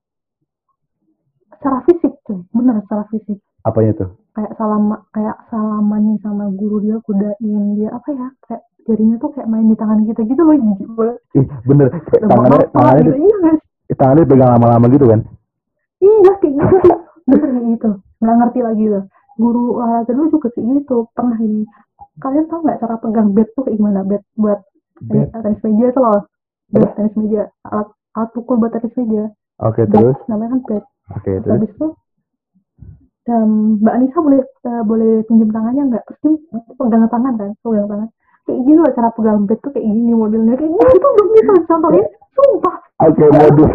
secara fisik cuy, bener secara fisik. Apanya tuh? Kayak salam kayak salaman nih sama guru dia, kudain dia apa ya? Kayak jarinya tuh kayak main di tangan kita gitu loh, jijik banget. Ih, bener. Kayak Udah tangannya apa tangannya gitu, iya guys. tangannya pegang lama-lama gitu kan? Iya kayak gitu tuh. Bener kayak gitu. Nggak ngerti lagi tuh. Guru olahraga dulu juga kayak gitu. Pernah ini. Kalian tahu nggak cara pegang bat tuh kayak gimana? Bat buat Bet. tenis meja tuh loh. Bat tenis meja. Alat alat pukul buat tenis meja. Oke, Bat, terus. namanya kan bat. Oke, Terus terus. habis itu dan Mbak Anissa boleh eh, boleh pinjam tangannya nggak? Terus dia pegang tangan kan, pegang tangan. Kayak gini loh cara pegang bed tuh kayak gini modelnya kayak gini tuh belum bisa contohin, sumpah. Oke, modus.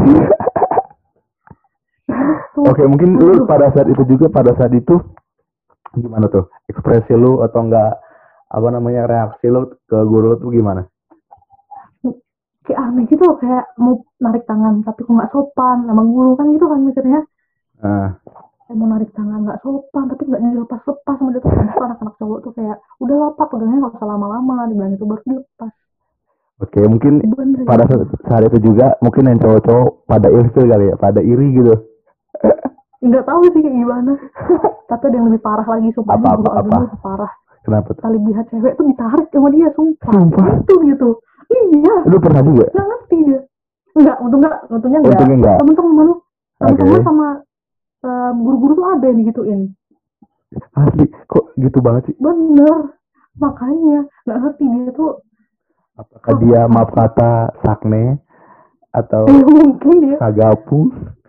Tuh, Oke, mungkin lu aduh, pada saat itu juga pada saat itu gimana tuh ekspresi lu atau enggak apa namanya reaksi lu ke guru lu tuh gimana? kayak aneh gitu loh, kayak mau narik tangan tapi kok nggak sopan sama guru kan gitu kan mikirnya. Nah, Kayak mau narik tangan nggak sopan tapi nggak dilepas-lepas sama dia tuh. Habis itu anak-anak cowok tuh kayak udah lah Pak pegangnya nggak usah lama-lama, dibilang itu baru dilepas. oke, mungkin Bener pada gitu. saat, saat itu juga mungkin yang cowok-cowok pada ilfil kali ya, pada iri gitu. Nggak tahu sih kayak gimana. Tapi ada yang lebih parah lagi, sumpah ini Apa guru apa apa? agama itu parah. Kenapa tuh? Tali lihat cewek tuh ditarik sama dia, sumpah. Sumpah. Itu gitu. Iya, Lu pernah juga? nggak ngerti dia. Enggak, untung nggak, untungnya enggak. Untungnya enggak. Temen-temen lu, temen-temen Oke. sama eh, guru-guru tuh ada yang digituin. Asli, kok gitu banget sih? Bener. Makanya nggak ngerti dia tuh Apakah dia maaf kata sakne atau eh, mungkin dia sagapung?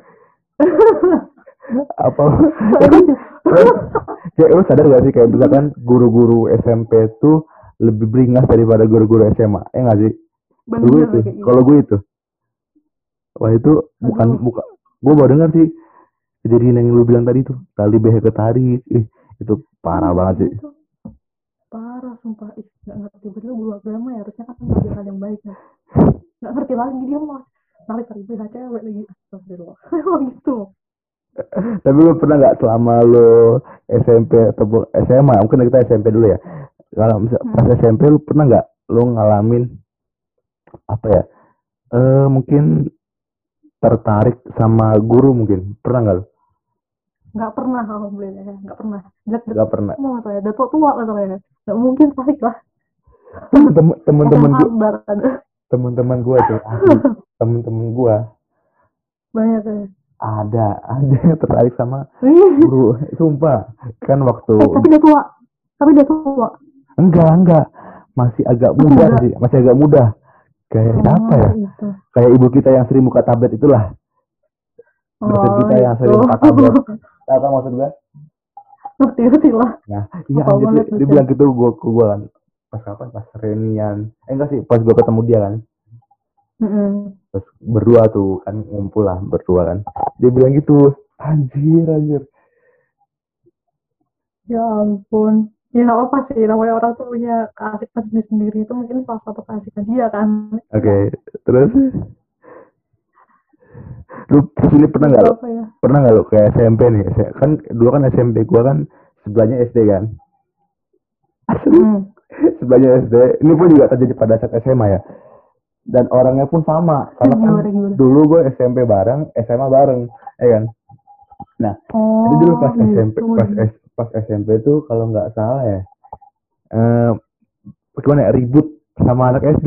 Apa? Ya Aduh, kan? Kayak lu sadar gak sih kayak misalkan guru-guru S M P tuh lebih beringas daripada guru-guru S M A? Eh nggak sih? Kalau gue bener itu, kayak gitu. kalau gue itu, wah itu bukan Aduh. buka. Gue baru dengar sih kejadian yang lu bilang tadi tuh, tali B H ketarik, eh itu parah Iya, banget sih. itu parah sumpah. Ih, nggak ngerti betul guru agama ya, harusnya kan mengajar hal yang baik ya. Nggak ngerti lagi dia mah narik tarik B H cewek lagi. Astagfirullah. Emang gitu. Tapi lu pernah nggak selama lu S M P atau S M A, mungkin kita S M P dulu ya. Kalau misal pas Hmm. S M P lu pernah nggak lu ngalamin apa ya? Eh mungkin tertarik sama guru mungkin. Pernah nggak lu? Nggak pernah, alhamdulillah ya. Nggak pernah. Jelek-jelek Nggak pernah. mau saya. Udah tua-tua lah saya. Nggak mungkin tarik lah. Temen-temen temen-temen S M A gua, bar ada. temen-temen gua tuh, asli, temen-temen gua Banyak ya. ada ada yang tertarik sama Eh, guru. Sumpah, kan waktu tapi udah tua. Tapi udah tua. enggak enggak masih agak Masih muda muda. sih, masih agak muda. Kayak siapa ya? Oh, itu. Kayak ibu kita yang sering buka tablet itulah. Dosen Oh, kita yang itu. sering buka tablet. Tahu kan maksud gua? Ngerti-ngerti lah. Nah, iya Apa anjir dia, banget dia dosen. bilang gitu gua ke gua kan. Pas kapan? Pas reunian. Eh enggak sih, pas gua ketemu dia kan. Mm-mm. Terus berdua tuh kan ngumpul lah berdua kan. Dia bilang gitu. Anjir, anjir. Ya ampun. Ya nggak apa sih, namanya orang tuh punya keasikan sendiri. Itu mungkin salah satu keasikan dia kan. Oke, okay. Terus lu terus ini pernah nggak lu? Apa ya? Pernah nggak lu ke S M P nih? Kan dulu kan S M P gua kan sebelahnya S D kan. Asli. Hmm. Sebelahnya S D. Ini pun juga terjadi pada saat S M A ya. Dan orangnya pun sama karena kan Gimana, gimana? dulu gue S M P bareng, S M A bareng, ya kan. Nah, Oh, jadi dulu pas S M P, gitu. pas S, pas S M P tuh kalau nggak salah ya, eh, gimana ya, ribut sama anak S D.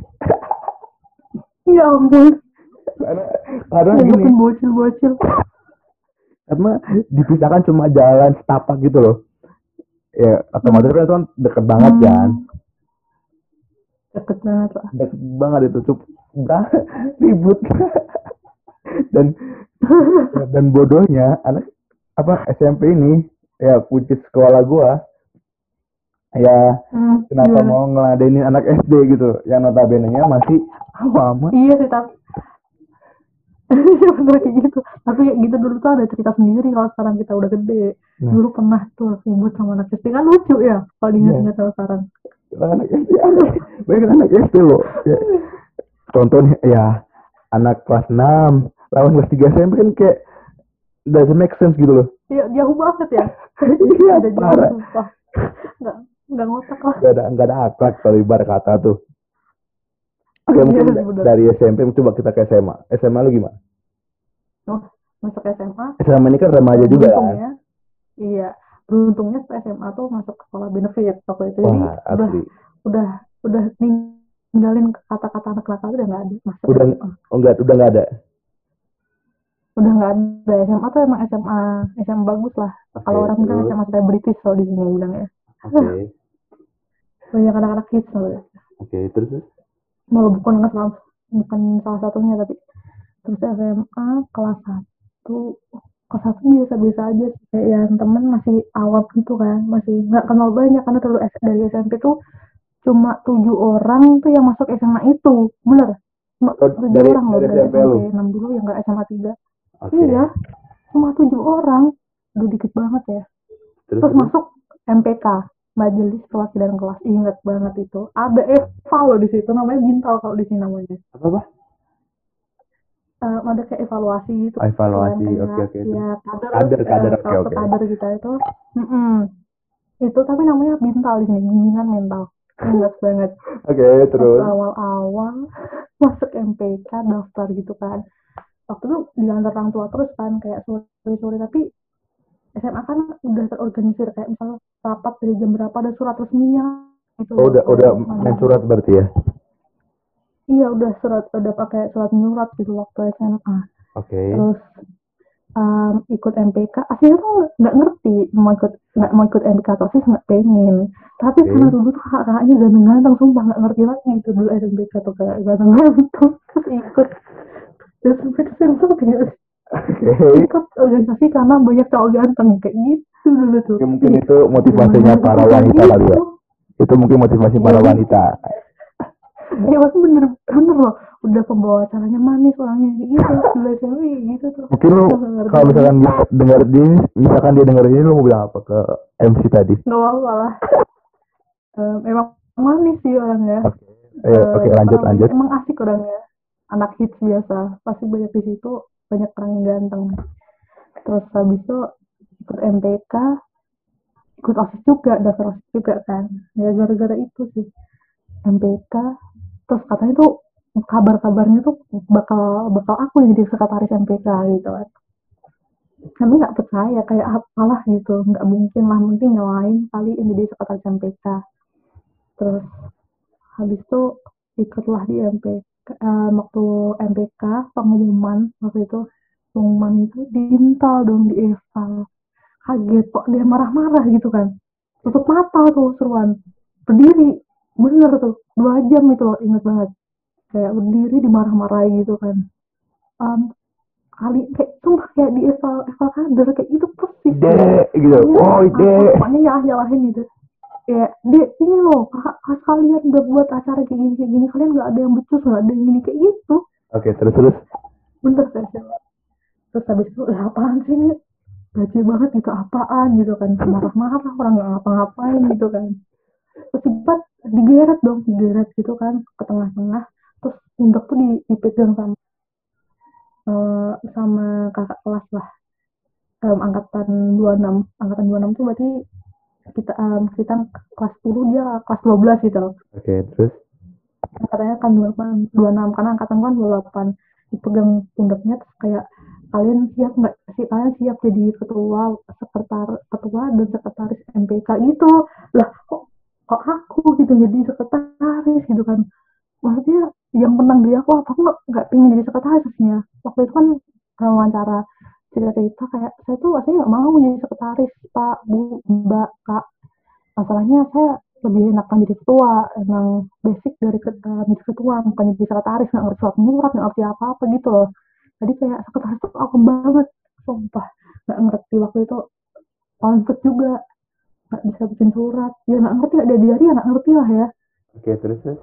Ya ampun. karena karena gini, Nyebutin bocil-bocil. karena dipisahkan cuma jalan setapak gitu loh. Ya, otomatis kan itu kan deket banget Hmm. kan. Deket banget lah. Deket banget itu, cup, ribut. dan dan bodohnya anak apa S M P ini ya pucis sekolah gua ya Hmm, kenapa gimana? mau ngeladenin anak S D gitu yang notabene-nya masih awam. Iya sih, tapi iya bener kayak gitu. Tapi kayak gitu dulu tuh ada cerita sendiri kalau sekarang kita udah gede. Nah. Dulu pernah tuh ribut sama anak S D kan lucu ya kalau diingat-ingat sama sekarang. Anak S D, banyak anak S D loh. Ya, contohnya ya anak kelas enam lawan kelas tiga S M P kan kayak doesn't make sense gitu loh. Iya, jauh banget ya. Iya, Udah jauh parah. sumpah. Nggak, nggak ngotak lah. Gak ada, gak ada akhlak kalau ibarat kata tuh. Oke, Iya mungkin sih, bener. dari S M P coba kita ke S M A. S M A lu gimana? Oh, masuk S M A. S M A ini kan remaja juga kan? Beruntungnya, iya. Beruntungnya setelah S M A tuh masuk sekolah benefit waktu itu. Jadi Wah, udah asli. udah udah ninggalin kata-kata anak nakal udah nggak ada. Masuk Udah S M A. oh, enggak, udah enggak ada. Udah nggak ada. S M A tuh emang S M A S M A bagus lah. Oke, Kalau orang bilang terus? S M A selebritis kalau di sini bilang ya. Oke. Banyak anak-anak hits loh. Oke, terus terus? Malah bukan nggak salah bukan salah satunya tapi terus S M A kelas satu kelas satu biasa-biasa aja sih, kayak yang temen masih awam gitu kan, masih nggak kenal banyak karena dulu S- dari S M P tuh cuma tujuh orang tuh yang masuk S M A itu, bener, cuma Oh, tujuh dari orang loh dari dari S M P S M P lu. enam dulu yang nggak S M A tiga. Oke. Iya, cuma tujuh orang, udah dikit banget ya. Terus Terus terus. masuk M P K, Majelis Perwakilan Kelas, inget banget itu. Ada Eva loh di situ, namanya Bintal kalau di sini namanya. Apa apa? Eh, ada kayak evaluasi gitu kan, Evaluasi. Oke kayak oke. Terus. ya kader, Kader eh, kader. Oke kalau ke oke. kader kita itu, mm-mm. Itu tapi namanya Bintal di sini, bimbingan mental. Ingat banget. Oke Waktu terus. awal-awal masuk M P K daftar gitu kan. Waktu itu diantar orang tua terus kan, kayak sore-sore, tapi S M A kan udah terorganisir kayak misalnya rapat dari jam berapa ada surat resminya gitu Oh, loh udah udah kalau main ngajar. surat berarti ya. Iya udah surat, udah pakai surat menyurat gitu waktu S M A. Oke. Terus um, ikut M P K aslinya tuh nggak ngerti mau ikut nggak mau ikut M P K atau sih nggak pengen, tapi karena Oke. dulu tuh kakaknya ganteng-ganteng sumpah nggak ngerti lagi gitu dulu M P K tuh kayak ganteng-ganteng terus ikut, terus sampai kesel Oke. ikut organisasi karena banyak cowok ganteng kayak gitu dulu tuh. Oke, mungkin Ih, itu zaman motivasinya zaman para ikut yang wanita kali itu, ya. Itu mungkin motivasi ya para mungkin, wanita. ya mungkin bener bener loh, udah pembawa acaranya manis orangnya gitu dulu S M P gitu tuh. Mungkin lu Nggak ngerti kalau lagi, misalkan dia dengar ini, misalkan dia dengar ini, lu mau bilang apa ke M C tadi? nggak apa-apa lah. Um, emang manis sih orangnya. Oke. Eh, oke Um, apa lanjut namanya, lanjut. emang asik orangnya, anak hits biasa pasti banyak di situ, banyak orang yang ganteng. Terus habis itu ikut M P K, ikut OSIS juga, daftar OSIS juga kan, ya gara-gara itu sih M P K. Terus katanya tuh kabar-kabarnya tuh bakal bakal aku yang jadi sekretaris M P K gitu kan, kami nggak percaya kayak apalah gitu, nggak mungkin lah, mungkin nyalain kali yang jadi sekretaris M P K. Terus habis itu ikutlah di M P K, eh, waktu M P K pengumuman waktu itu, pengumuman itu diintal dong di eval, kaget kok dia marah-marah gitu kan, tutup mata tuh seruan, berdiri, bener tuh dua jam itu loh, inget banget, kayak berdiri dimarah-marahi gitu kan. um, Kali kayak sumpah kayak di eval eval kader kayak gitu persis Ide deh. gitu. Pokoknya Oh ide. apa pokoknya nyalah nyalahin gitu, kayak dek ini loh kakak, kakak kalian udah buat acara kayak gini kayak gini, kalian nggak ada yang becus, nggak ada yang gini kayak gitu, Oke terus terus. bener kan sih. Terus habis itu eh, apaan sih ini, gaji banget gitu, apaan gitu kan, marah-marah orang nggak ngapa-ngapain gitu kan. Terus tiba digeret dong, digeret gitu kan ke tengah-tengah, terus pundak tuh di, dipegang sama eh, sama kakak kelas lah, um, angkatan dua puluh enam, angkatan dua puluh enam tuh berarti kita um, kita kelas sepuluh, dia kelas dua belas gitu loh. Oke terus. Angkatannya kan dua puluh enam karena angkatan kan dua puluh delapan, dipegang pundaknya terus kayak kalian siap nggak sih, kalian siap jadi ketua, sekretaris ketua dan sekretaris M P K gitu lah. Kok kok aku gitu jadi sekretaris gitu kan, maksudnya yang menang dari aku apa, aku nggak nggak pengen jadi sekretarisnya waktu itu kan. Kalau wawancara cerita-cerita kayak saya tuh rasanya nggak mau jadi sekretaris pak bu mbak kak, masalahnya saya lebih enakan jadi ketua, emang basic dari ke, uh, menjadi ketua bukan jadi sekretaris, nggak ngerti surat menyurat, nggak ngerti apa-apa gitu loh. Jadi kayak sekretaris tuh aku banget, sumpah nggak ngerti waktu itu, konflik juga, nggak bisa bikin surat ya, nggak ngerti, nggak diajari ya nggak ngerti lah ya. Oke terus terus.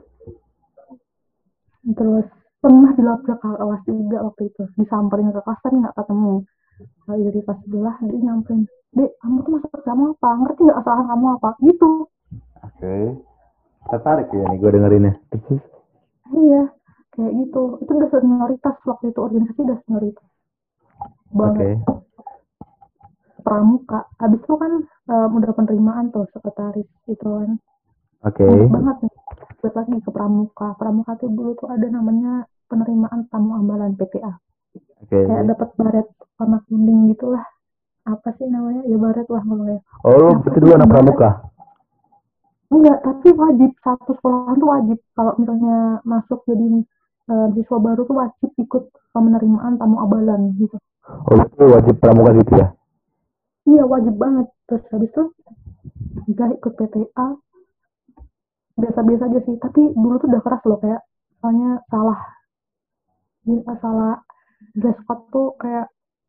Terus pernah dilabrak kakak kelas juga waktu itu, disamperin ke kelas tapi nggak ketemu, lalu dari kelas sebelah dia nyamperin, dek kamu tuh masak kamu apa, ngerti nggak kesalahan kamu apa gitu. Oke. Tertarik ya nih gue dengerinnya. Terus terus. Iya kayak gitu, itu udah senioritas waktu itu, organisasi udah senioritas banget. Oke. Pramuka habis itu kan um, udah penerimaan tuh sekretaris itu kan, Oke. inget banget nih, buat lagi ke pramuka. Pramuka tuh dulu tuh ada namanya penerimaan tamu ambalan P T A, Oke. kayak dapat baret warna kuning gitulah, apa sih namanya ya, baret lah ngomongnya. Oh lu Nah berarti dulu pokoknya anak baret, pramuka. enggak tapi wajib, satu sekolahan tuh wajib kalau misalnya masuk jadi uh, siswa baru tuh wajib ikut penerimaan tamu ambalan gitu. Oh itu wajib pramuka gitu ya. Iya wajib banget. Terus habis itu nggak ikut P T A, biasa-biasa aja sih, tapi dulu tuh udah keras loh, kayak soalnya salah, salah dress code tuh kayak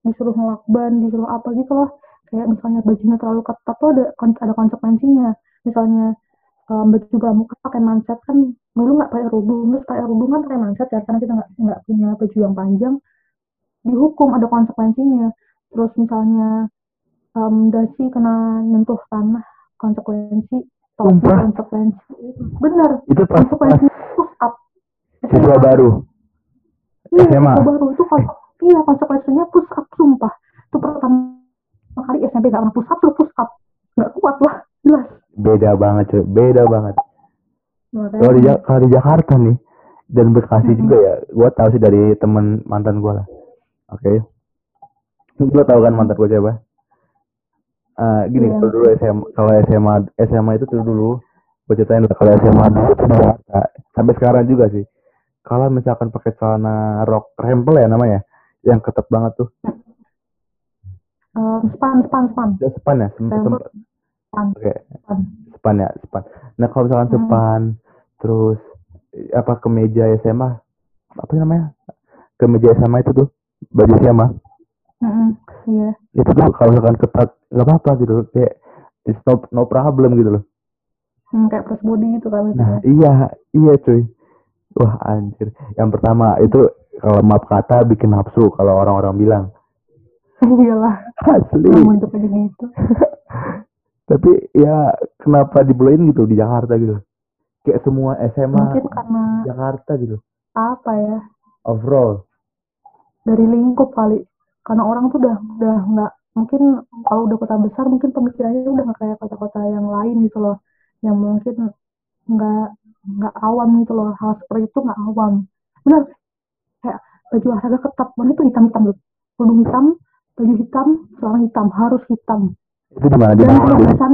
disuruh ngelakban, disuruh apa gitu loh. Kayak misalnya bajunya terlalu ketat tuh ada ada konsekuensinya. Misalnya um, baju pramuka pakai manset kan dulu nggak pakai rudung, terus pakai rudung kan pakai manset ya karena kita nggak nggak punya baju yang panjang, dihukum ada konsekuensinya. Terus misalnya um, dasi kena nyentuh tanah, konsekuensi, topi Sumpah, konsekuensi, bener itu pas pas konsekuensi push up siswa S M A. baru Iya, S M A. siswa baru itu kalau iya konsekuensinya push up sumpah. Itu pertama kali S M P gak pernah push up, tuh push up. Gak kuat lah, jelas. Beda banget cuy, beda banget. Kalau di, Makanya. kalau di Jakarta nih dan Bekasi Mm-mm. juga ya, gue tahu sih dari teman mantan gue lah. Oke, okay. Gue tahu kan mantan gue siapa. Uh, gini, Iya. kalau dulu S M A, kalau S M A, S M A itu tuh dulu, gue ceritain lah kalau S M A dulu tuh di Jakarta, sampai sekarang juga sih. Kalau misalkan pakai celana rok rempel ya namanya, yang ketat banget tuh, Um, span, span, span. ya, sepan ya, sem- Rambut, sempat, span, oke, okay. span. Sepan ya, sepan. Nah kalau misalkan Mm-mm. sepan, terus apa kemeja S M A, apa sih namanya? Kemeja S M A itu tuh, baju S M A, Mm-mm. Iya. itu tuh kalau misalkan ketat, nggak apa-apa gitu, kayak it's no, no problem gitu loh. Hmm, kayak press body gitu kan Nah misalnya. iya, iya cuy. Wah anjir. Yang pertama itu kalau maaf kata bikin nafsu kalau orang-orang bilang. Iyalah, Asli. orang bentuk aja gitu. Tapi ya kenapa dibolehin gitu di Jakarta gitu. Kayak semua S M A Mungkin karena Jakarta gitu. apa ya? Overall. Dari lingkup kali. Karena orang tuh udah udah nggak, mungkin kalau udah kota besar mungkin pemikirannya udah nggak kayak kota-kota yang lain gitu loh, yang mungkin nggak nggak awam gitu loh, hal seperti itu nggak awam. Benar, kayak baju olahraga ketat banget tuh, hitam hitam loh, kerudung hitam, baju hitam, celana hitam, harus hitam, Itu di mana di dan mana? penugasan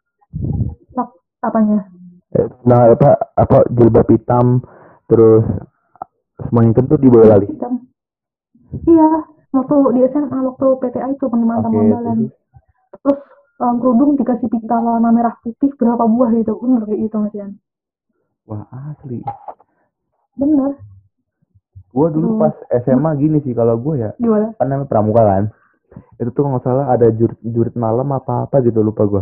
apanya. Nah apa apa jilbab hitam terus semuanya itu tuh dibawa lagi. Hitam, iya, waktu di S M A, waktu P T A itu penerimaan Oke, tambalan. terus Terus um, kerudung dikasih pita warna merah putih berapa buah gitu, bener kayak gitu Mas Ian. wah asli. Bener. Gue dulu Terus pas S M A gini sih kalau gue ya. gimana? Kan namanya pramuka kan. Itu tuh nggak salah ada jurit, jurit malam apa apa gitu lupa gue.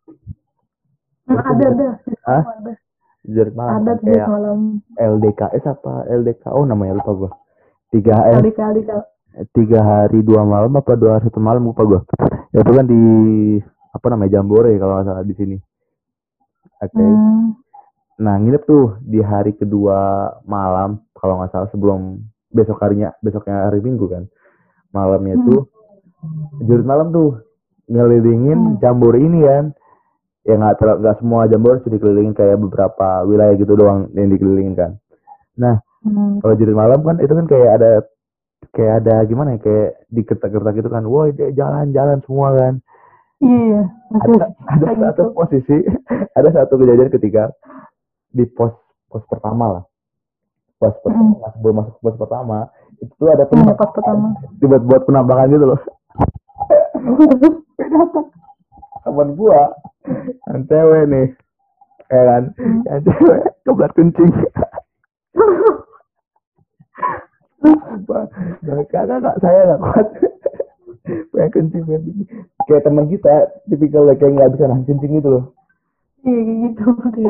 Hmm, Itu ada jurit, ada ah ada jurit malam ada kan tuh kayak malam. L D K S apa L D K O namanya lupa gue. Tiga eh Kali kali kali. tiga hari dua malam apa dua hari satu malam lupa gue. Ya itu kan di apa namanya Jambore kalau nggak salah di sini. Oke. Okay. Hmm. Nah nginep tuh di hari kedua malam kalau nggak salah sebelum besok harinya besoknya hari Minggu kan. Malamnya Hmm. tuh jurit malam tuh ngelilingin Hmm. Jambore ini kan. Ya nggak nggak semua Jambore sih dikelilingin, kayak beberapa wilayah gitu doang yang dikelilingin kan. Nah Hmm. kalau jurit malam kan itu kan kayak ada kayak ada gimana ya, kayak dikertak-kertak gitu kan, woi jalan-jalan semua kan. Iya, Ada ada kayak satu gitu. posisi, ada satu kejadian ketika di pos pos pertama lah, pos pertama Hmm. sebelum masuk pos pertama itu tuh ada Ini penampakan, pas pertama. dibuat-buat penampakan gitu loh. Temen gua yang cewek nih, ya kan, Hmm. yang cewek kebelat kencing. Sumpah, nah, kakak kak saya nggak kuat, pengen kencing, pengen kencing. Kayak teman kita, tipikal kayak nggak bisa nahan kencing gitu loh. Iya kayak gitu.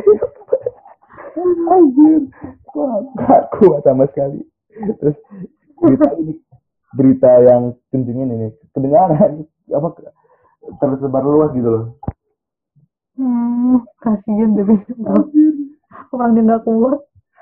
Anjir, gua nggak kuat sama sekali. Terus berita ini, berita yang kencingin ini kedengaran apa tersebar luas gitu loh. Hmm, kasihan tapi Anjir. orang dia nggak kuat.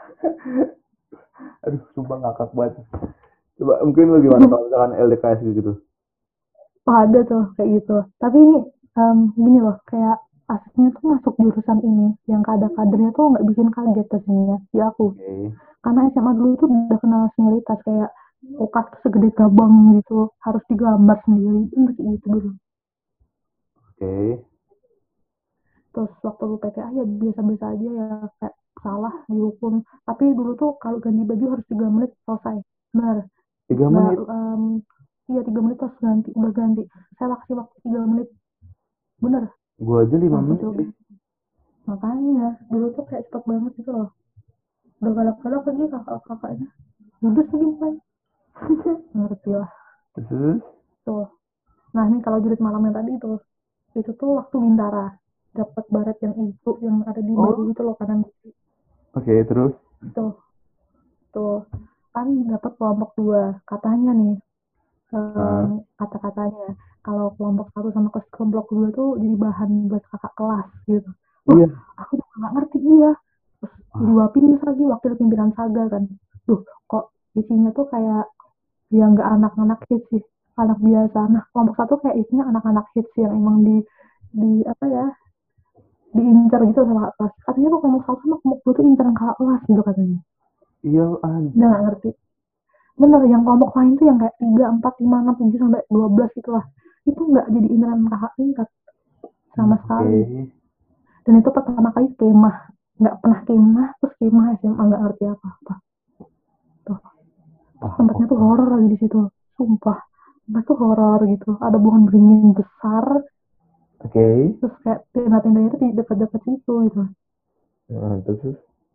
Aduh, sumpah ngakak banget. Coba mungkin lu gimana kalau misalkan L D K S gitu? Oh, ada tuh kayak gitu. Tapi ini um, gini loh, kayak asiknya tuh masuk jurusan ini, yang kader-kadernya tuh nggak bikin kaget pastinya di aku. Oke. Okay. Karena S M A dulu tuh udah kenal senioritas, kayak ukas tuh segede gabang gitu, harus digambar sendiri, itu kayak gitu dulu. Oke. Okay. Terus waktu P T A ya biasa-biasa aja ya, kayak salah dihukum. Tapi dulu tuh kalau ganti baju harus tiga menit selesai. Benar. Tiga menit? Um, iya tiga menit terus ganti, udah ganti. Saya kasih waktu tiga menit. Bener. Gua aja lima menit sih. sih. Makanya dulu tuh kayak cepet banget gitu loh. Udah galak-galak lagi kakak-kakaknya. Udah sih gimana? Ngerti lah. Terus? tuh. Nah ini kalau jurit malam yang tadi tuh, itu tuh waktu Bintara dapat baret yang itu yang ada di bahu Oh. itu loh kanan kiri. Oke, terus? Tuh, tuh kan dapat kelompok dua katanya nih, Hah? em, kata-katanya kalau kelompok satu sama kes- kelompok dua tuh jadi bahan buat kakak kelas gitu. Wah, Iya. aku juga nggak ngerti iya. Terus jadi Ah, Wapin lagi wakil pimpinan Saga kan. Duh, kok isinya tuh kayak ya nggak anak-anak hits sih, anak biasa. Nah, kelompok satu kayak isinya anak-anak hits yang emang di di apa ya diincar gitu sama kakak kelas. Katanya tuh kelompok satu sama kelompok dua tuh incaran kakak kelas gitu katanya. iya, anjir. Udah nggak ngerti. Bener, yang kelompok lain tuh yang kayak tiga, empat, lima, enam, tujuh sampai dua belas itulah. Itu nggak jadi incaran kakak tingkat Hmm, sama Oke. sekali. Dan itu pertama kali kemah. Nggak pernah kemah, terus kemah S M A nggak ngerti apa-apa. Tuh. Terus Wah, tempatnya tuh oke. horor lagi di situ. Sumpah. Tempat tuh horor gitu. Ada bukan beringin besar, Oke. terus kayak tenda-tendanya tuh di dekat-dekat situ gitu. Nah, terus?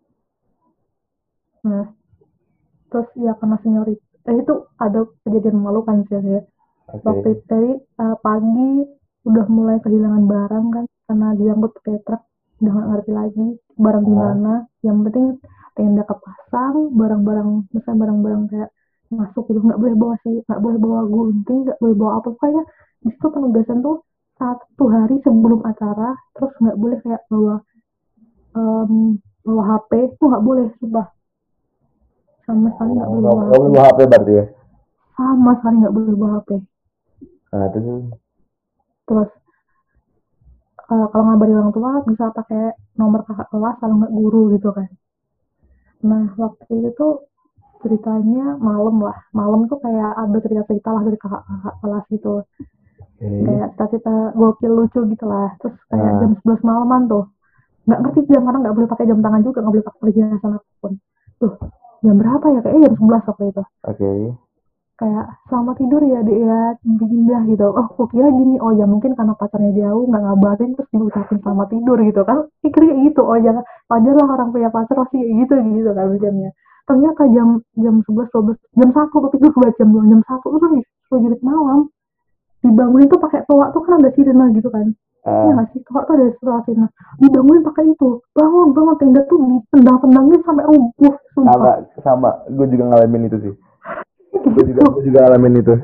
Nah, terus ya karena senioritas, eh itu ada kejadian memalukan sih ya. Waktu Oke. itu tadi uh, pagi udah mulai kehilangan barang kan karena diangkut pakai truk, udah nggak ngerti lagi barang di Ah, mana. Yang penting tenda kepasang, barang-barang misalnya barang-barang kayak masuk gitu nggak boleh bawa sih, nggak boleh bawa gunting, nggak boleh bawa apa pokoknya di situ penugasan tuh satu hari sebelum acara, terus nggak boleh kayak bawa em, bawa H P tuh nggak boleh, sumpah sama sekali nggak oh, boleh nggak bawa nggak H P, boleh bawa H P berarti ya? sama sekali nggak boleh bawa H P. Nah, terus? Terus uh, kalau ngabarin orang tua bisa pakai nomor kakak kelas kalau nggak guru gitu kan. Nah waktu itu tuh ceritanya malam lah, malam tuh kayak ada cerita-cerita lah dari kakak-kakak kelas gitu, Oke. kayak cerita-cerita gokil lucu gitu lah. Terus kayak jam Nah, sebelas malaman tuh nggak ngerti jam karena nggak boleh pakai jam tangan juga, nggak boleh pakai perhiasan apapun. Tuh jam berapa ya, kayaknya jam sebelas waktu itu. oke. Kayak selamat tidur ya dek ya, indah gitu. Oh aku kira gini, oh ya mungkin karena pacarnya jauh nggak ngabarin terus diucapin selamat tidur gitu kan, pikirnya gitu. Oh jangan, wajar lah orang punya pacar pasti kayak gitu gitu kan mikirnya. Ternyata jam jam sebelas dua belas jam satu tuh tidur dua jam dua jam satu tuh suruh jurit malam dibangunin tuh pakai toa tuh kan ada sirena gitu kan. Iya Ah, nggak sih, toa tuh ada toa sirena, dibangunin pakai itu, bangun bangun, tenda tuh ditendang-tendangin sampai rubuh sama, sumpah. sama. Gue juga ngalamin itu sih. Gue juga, Gitu. gue juga ngalamin itu.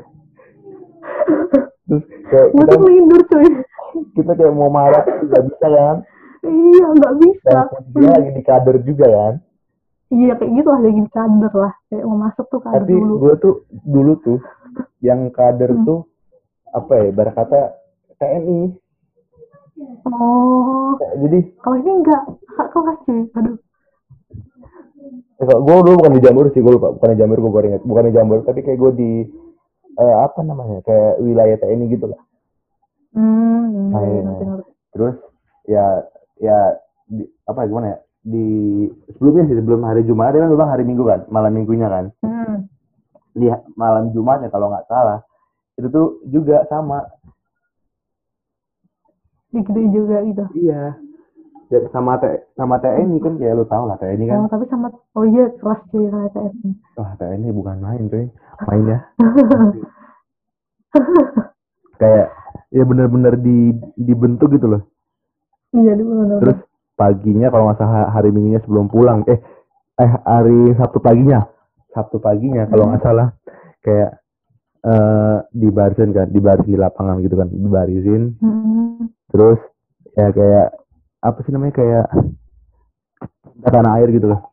Terus kayak Gue kita, tuh ngelindur cuy. kita kayak mau marah tapi nggak bisa kan? Iya nggak bisa. Dan posisinya lagi di kader juga kan? Iya kayak gitu lah, jadi kader lah, kayak mau masuk tuh kader Tapi dulu. gue tuh dulu tuh yang kader Hmm. tuh apa ya? Ibarat kata T N I. Oh Jadi kalau ini enggak, kak kelas cuy, aduh. gue dulu bukan di Jamur sih, gue lupa. Bukan di Jamur, gue baru ingat. Bukan di Jamur, tapi kayak gue di eh, apa namanya? Kayak wilayah T N I gitu lah. Hmm Nah, iya iya iya. ngerti ngerti. Terus ya ya di, apa gimana ya? Di sebelumnya sih, sebelum hari Jumat kan memang hari Minggu kan, malam minggunya kan. Hmm Di malam Jumatnya kalau nggak salah itu tuh juga sama. digituin juga gitu. Iya. Ya, sama T, sama T N I kan, kayak lu tau lah T N I kan. Oh tapi sama, oh iya kelas cuy kayak T N I. Wah, T N I bukan main tuh, main ya. Kayak ya bener-bener di dibentuk gitu loh. Iya di bener Terus paginya kalau nggak salah hari Minggunya sebelum pulang, eh eh hari Sabtu paginya, Sabtu paginya kalau hmm nggak salah kayak eh dibarisin kan, dibarisin di lapangan gitu kan, dibarisin. hmm Terus ya kayak apa sih namanya, kayak tanah air gitu loh.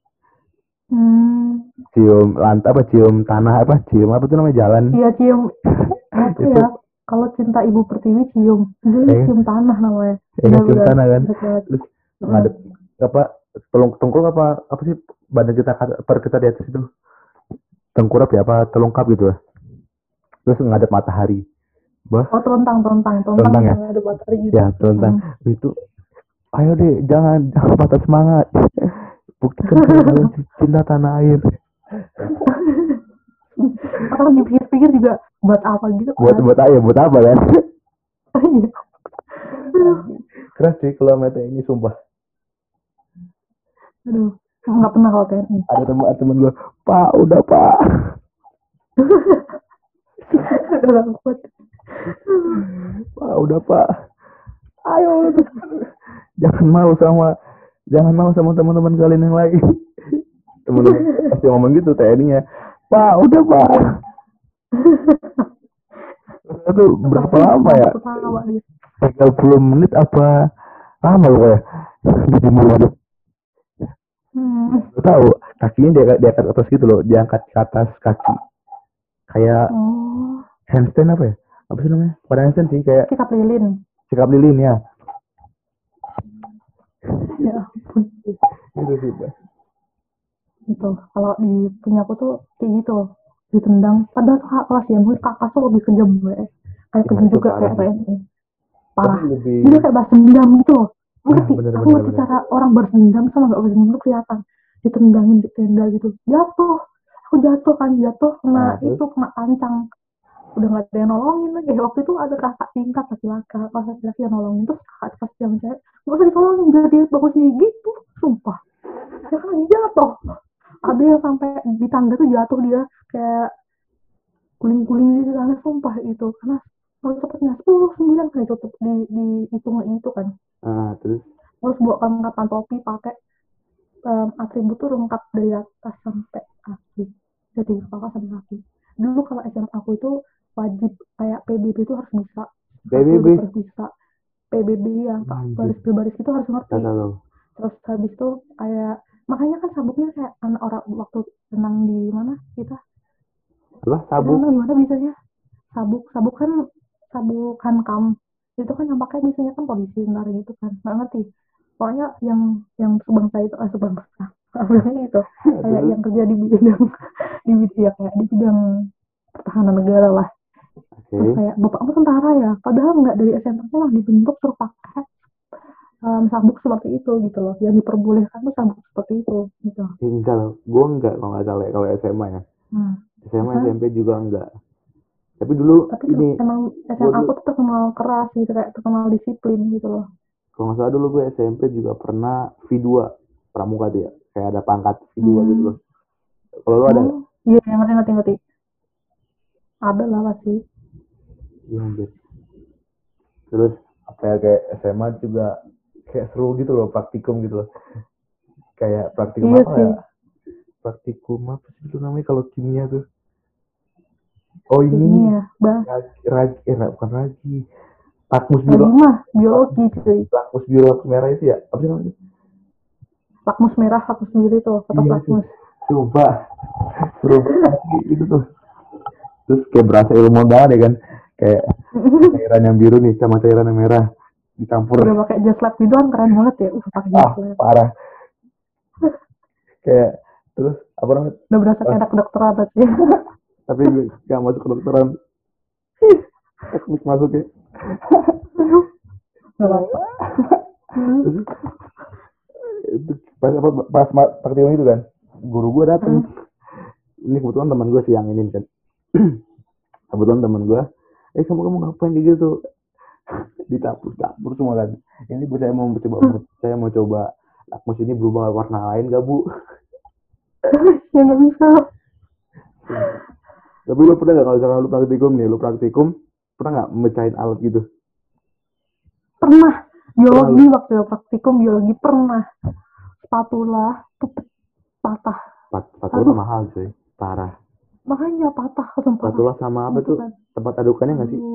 hmm Cium lantai apa, cium tanah apa, cium apa tuh namanya, jalan. iya cium apa Itu ya, kalau cinta ibu pertiwi cium dulu eh cium tanah namanya. eh kan cium Benar-benar tanah kan. ingat banget. Terus Hmm. ngadep apa, telung tengkurap apa apa sih, badan kita per kita di atas itu tengkurap ya apa telungkap gitu lah. Terus ngadep matahari. Bah, Oh telentang telentang telentang telentang ya. yang ada matahari gitu. Ya, telentang. Hmm. Itu ayo deh, jangan jangan patah semangat. Buktikan kalau kalian cinta tanah air. Kalau dipikir-pikir juga buat apa gitu kan. Buat buat ayo, buat apa kan? Iya. Keras sih kalau mata ini, sumpah. Aduh nggak pernah kalau T N I. Ada teman teman gue, Pak udah Pak. Gak kuat. Pak, udah Pak. Ayo, jangan mau sama jangan mau sama teman-teman kalian yang lain. Teman-teman pasti ngomong gitu T N I-nya. Pak, udah Pak. Itu berapa lama ya? tiga puluh menit apa lama loh ya? Dijemur waduh. Hmm. Tahu, kakinya dia di atas atas gitu loh, diangkat ke atas kaki. Kayak Oh. handstand apa ya? Apa sih namanya? Pada handstand sih kayak Sikap lilin. sikap lilin ya. Ya ampun. Gitu sih, Pak. Gitu. Kalau di punya aku tuh kayak gitu, ditendang. Padahal kakak kelas ya, mungkin kakak tuh lebih kejam gue. Kayak Ya, kejam itu juga parah kayak sih. T N I. Parah. Tapi lebih Dia kayak balas dendam gitu loh. Nah, Ngerti? bener, Aku bener, ngerti bener. cara orang balas dendam sama gak balas dendam tuh kelihatan. Ditendangin di tenda gitu. Jatuh. Aku jatuh kan, jatuh kena Nah, terus? itu, kena kancang. Udah gak ada yang nolongin lagi. Waktu itu ada kakak tingkat laki-laki, kakak laki-laki yang nolongin. Terus kakak pas yang cewek, gak usah ditolongin, biar dia bangun sendiri gitu. Sumpah. Dia kan lagi jatuh. Ada yang sampai di tangga tuh jatuh dia kayak guling-guling di sana, sumpah itu. Karena harus cepatnya sepuluh sembilan kan itu di di hitungan itu kan. Ah, terus Harus bawa kelengkapan topi, pakai um, atribut tuh lengkap dari atas sampai kaki. Jadi kakak sampai kaki. Dulu kalau S M A aku itu wajib kayak P B B itu harus bisa. P B B harus bisa. P B B ya, Pak. Baris baris itu harus ngerti. Terus habis itu kayak makanya kan sabuknya kayak anak orang waktu renang di mana kita? Lah, sabuk. Renang di mana biasanya? Sabuk, sabuk kan sabuk hankam. Itu kan yang pakai biasanya kan polisi tentara gitu kan. Nggak ngerti. Pokoknya yang yang sebangsa itu, ah sebangsa. Bilangnya itu kayak yang kerja di bidang di bidang ya, kayak di bidang pertahanan negara lah. Okay. Terus kayak bapakmu tentara ya, padahal nggak dari S M A lah dibentuk suruh pakai um, sabuk seperti itu gitu loh. Yang diperbolehkan tuh sabuk seperti itu gitu. Enggak loh, gue enggak kalau nggak salah kalau S M A ya. Hmm. S M A uh-huh. S M P juga enggak. Tapi dulu tapi ini emang S M A aku tuh terkenal keras gitu, kayak terkenal disiplin gitu loh. Kalau nggak salah dulu gue S M P juga pernah V dua pramuka tuh ya, kayak ada pangkat V dua hmm. gitu loh. Kalau lu ada nggak? Iya, yang ngerti ngerti ngerti. Ada lah pasti. Iya anjir. Terus apa ya, kayak S M A juga kayak seru gitu loh, praktikum gitu loh. Kayak praktikum iya apa sih. ya? Praktikum apa sih itu namanya kalau kimia tuh? Oh ini ya, ragi, ragi, eh bukan ragi. Lakmus biologi. biologi cuy. Lakmus biologi merah itu ya? Apa sih namanya? Lakmus merah, lakmus biru itu, foto iya, lakmus. Coba. Seru banget itu tuh. Terus kayak berasa ilmu banget ya kan? Kayak cairan yang biru nih sama cairan yang merah dicampur. Udah pakai jas lab itu kan keren banget ya. Uh, pakai jas lab. Ah, parah. Kayak terus apa namanya? Udah berasa kayak anak kedokteran aja. Tapi gak masuk kedokteran. Teknik masuk ya. Gak apa-apa. pas apa pas praktikum itu kan, guru gue dateng. Hmm. Ini kebetulan teman gue sih yang ini kan. Kebetulan teman gue, eh kamu kamu ngapain gitu? Ditapur-tapur semua kan. Ini bu saya mau coba, hmm. saya mau coba lakmus ini berubah warna lain gak bu? Ya nggak bisa. Tapi lu pernah nggak kalau misalnya lu praktikum nih, lu praktikum pernah nggak mecahin alat gitu? Pernah. Biologi pernah. Waktu praktikum biologi pernah. Spatula tuh patah. Spat, spatula mahal cuy, parah. Makanya patah sumpah. Spatula sama apa tuh? Kan. Tempat adukannya nggak sih?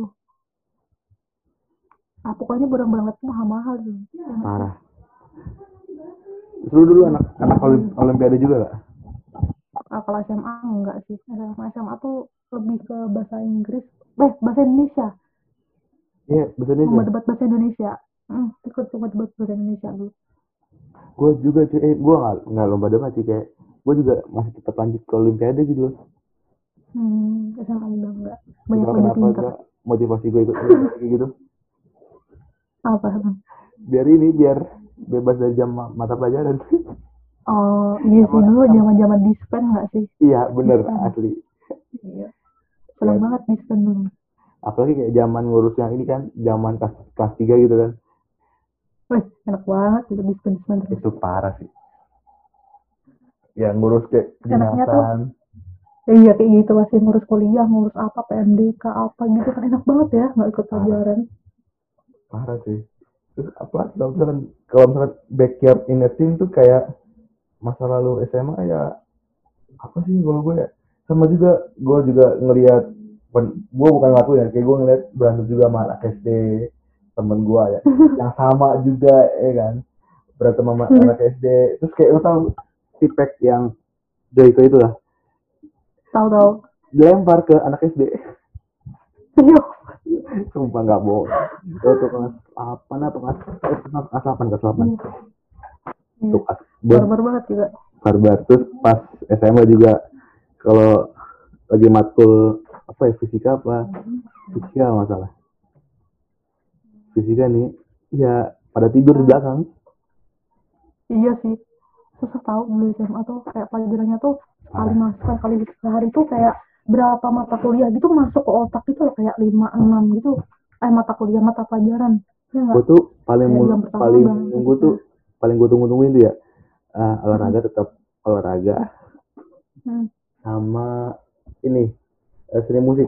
Ah, pokoknya barang-barang itu mahal-mahal tuh. Parah. Terus lu dulu anak anak olimpiade juga gak? Ah, kalau S M A enggak sih. S M A S M A tuh lebih ke bahasa Inggris. Eh, bahasa Indonesia. Iya, bahasa Indonesia. Lomba debat bahasa Indonesia. Hmm, ikut lomba debat bahasa Indonesia dulu. Gue juga cuy, eh, gue nggak nggak lomba debat sih, kayak gue juga masih tetap lanjut ke olimpiade gitu loh. Hmm, S M A udah enggak. Banyak lebih pintar. Motivasi gue ikut kayak gitu. Apa? Biar ini, biar bebas dari jam mata pelajaran. Oh, iya sih, dulu zaman-zaman dispen nggak sih? Iya, bener, dispen. Asli. Iya. Seneng ya. Banget dispen dulu. Apalagi kayak zaman ngurus yang ini kan, zaman kelas, kelas tiga gitu kan. Wih, enak banget itu dispen-dispen terus. Itu parah sih. Yang ngurus kayak kedinasan. Iya kayak gitu masih ngurus kuliah, ngurus apa P M D K apa gitu kan enak banget ya nggak ikut Parah, pelajaran. parah sih. Terus apa kalau misalkan kalau misalkan backyard in a team tuh kayak masa lalu S M A ya apa sih kalau gue ya sama juga gue juga ngelihat gue bukan ngelakuin ya kayak gue ngeliat berantem juga sama anak S D temen gue ya yang sama juga ya kan berantem sama anak S D terus kayak lo tau tipek yang Joyko itu lah Tahu-tahu. dilempar ke anak S D. Iya. Sumpah nggak bohong itu tuh kelas delapan atau kelas eh, kelas delapan kelas delapan Iya. tuh kelas Barbar banget juga. barbar terus pas S M A juga kalau lagi matkul apa ya fisika apa fisika masalah fisika nih ya pada tidur di belakang. Iya sih susah tahu dulu S M A tuh kayak pelajarannya tuh sekali masuk kali sehari tuh kayak berapa mata kuliah gitu masuk ke otak itu loh kayak lima enam gitu eh mata kuliah mata pelajaran ya Gue nggak tuh paling kayak mul- yang pertama paling bang nunggu tuh paling gue tunggu-tungguin tuh ya uh, olahraga tetap olahraga hmm. sama ini uh, seni musik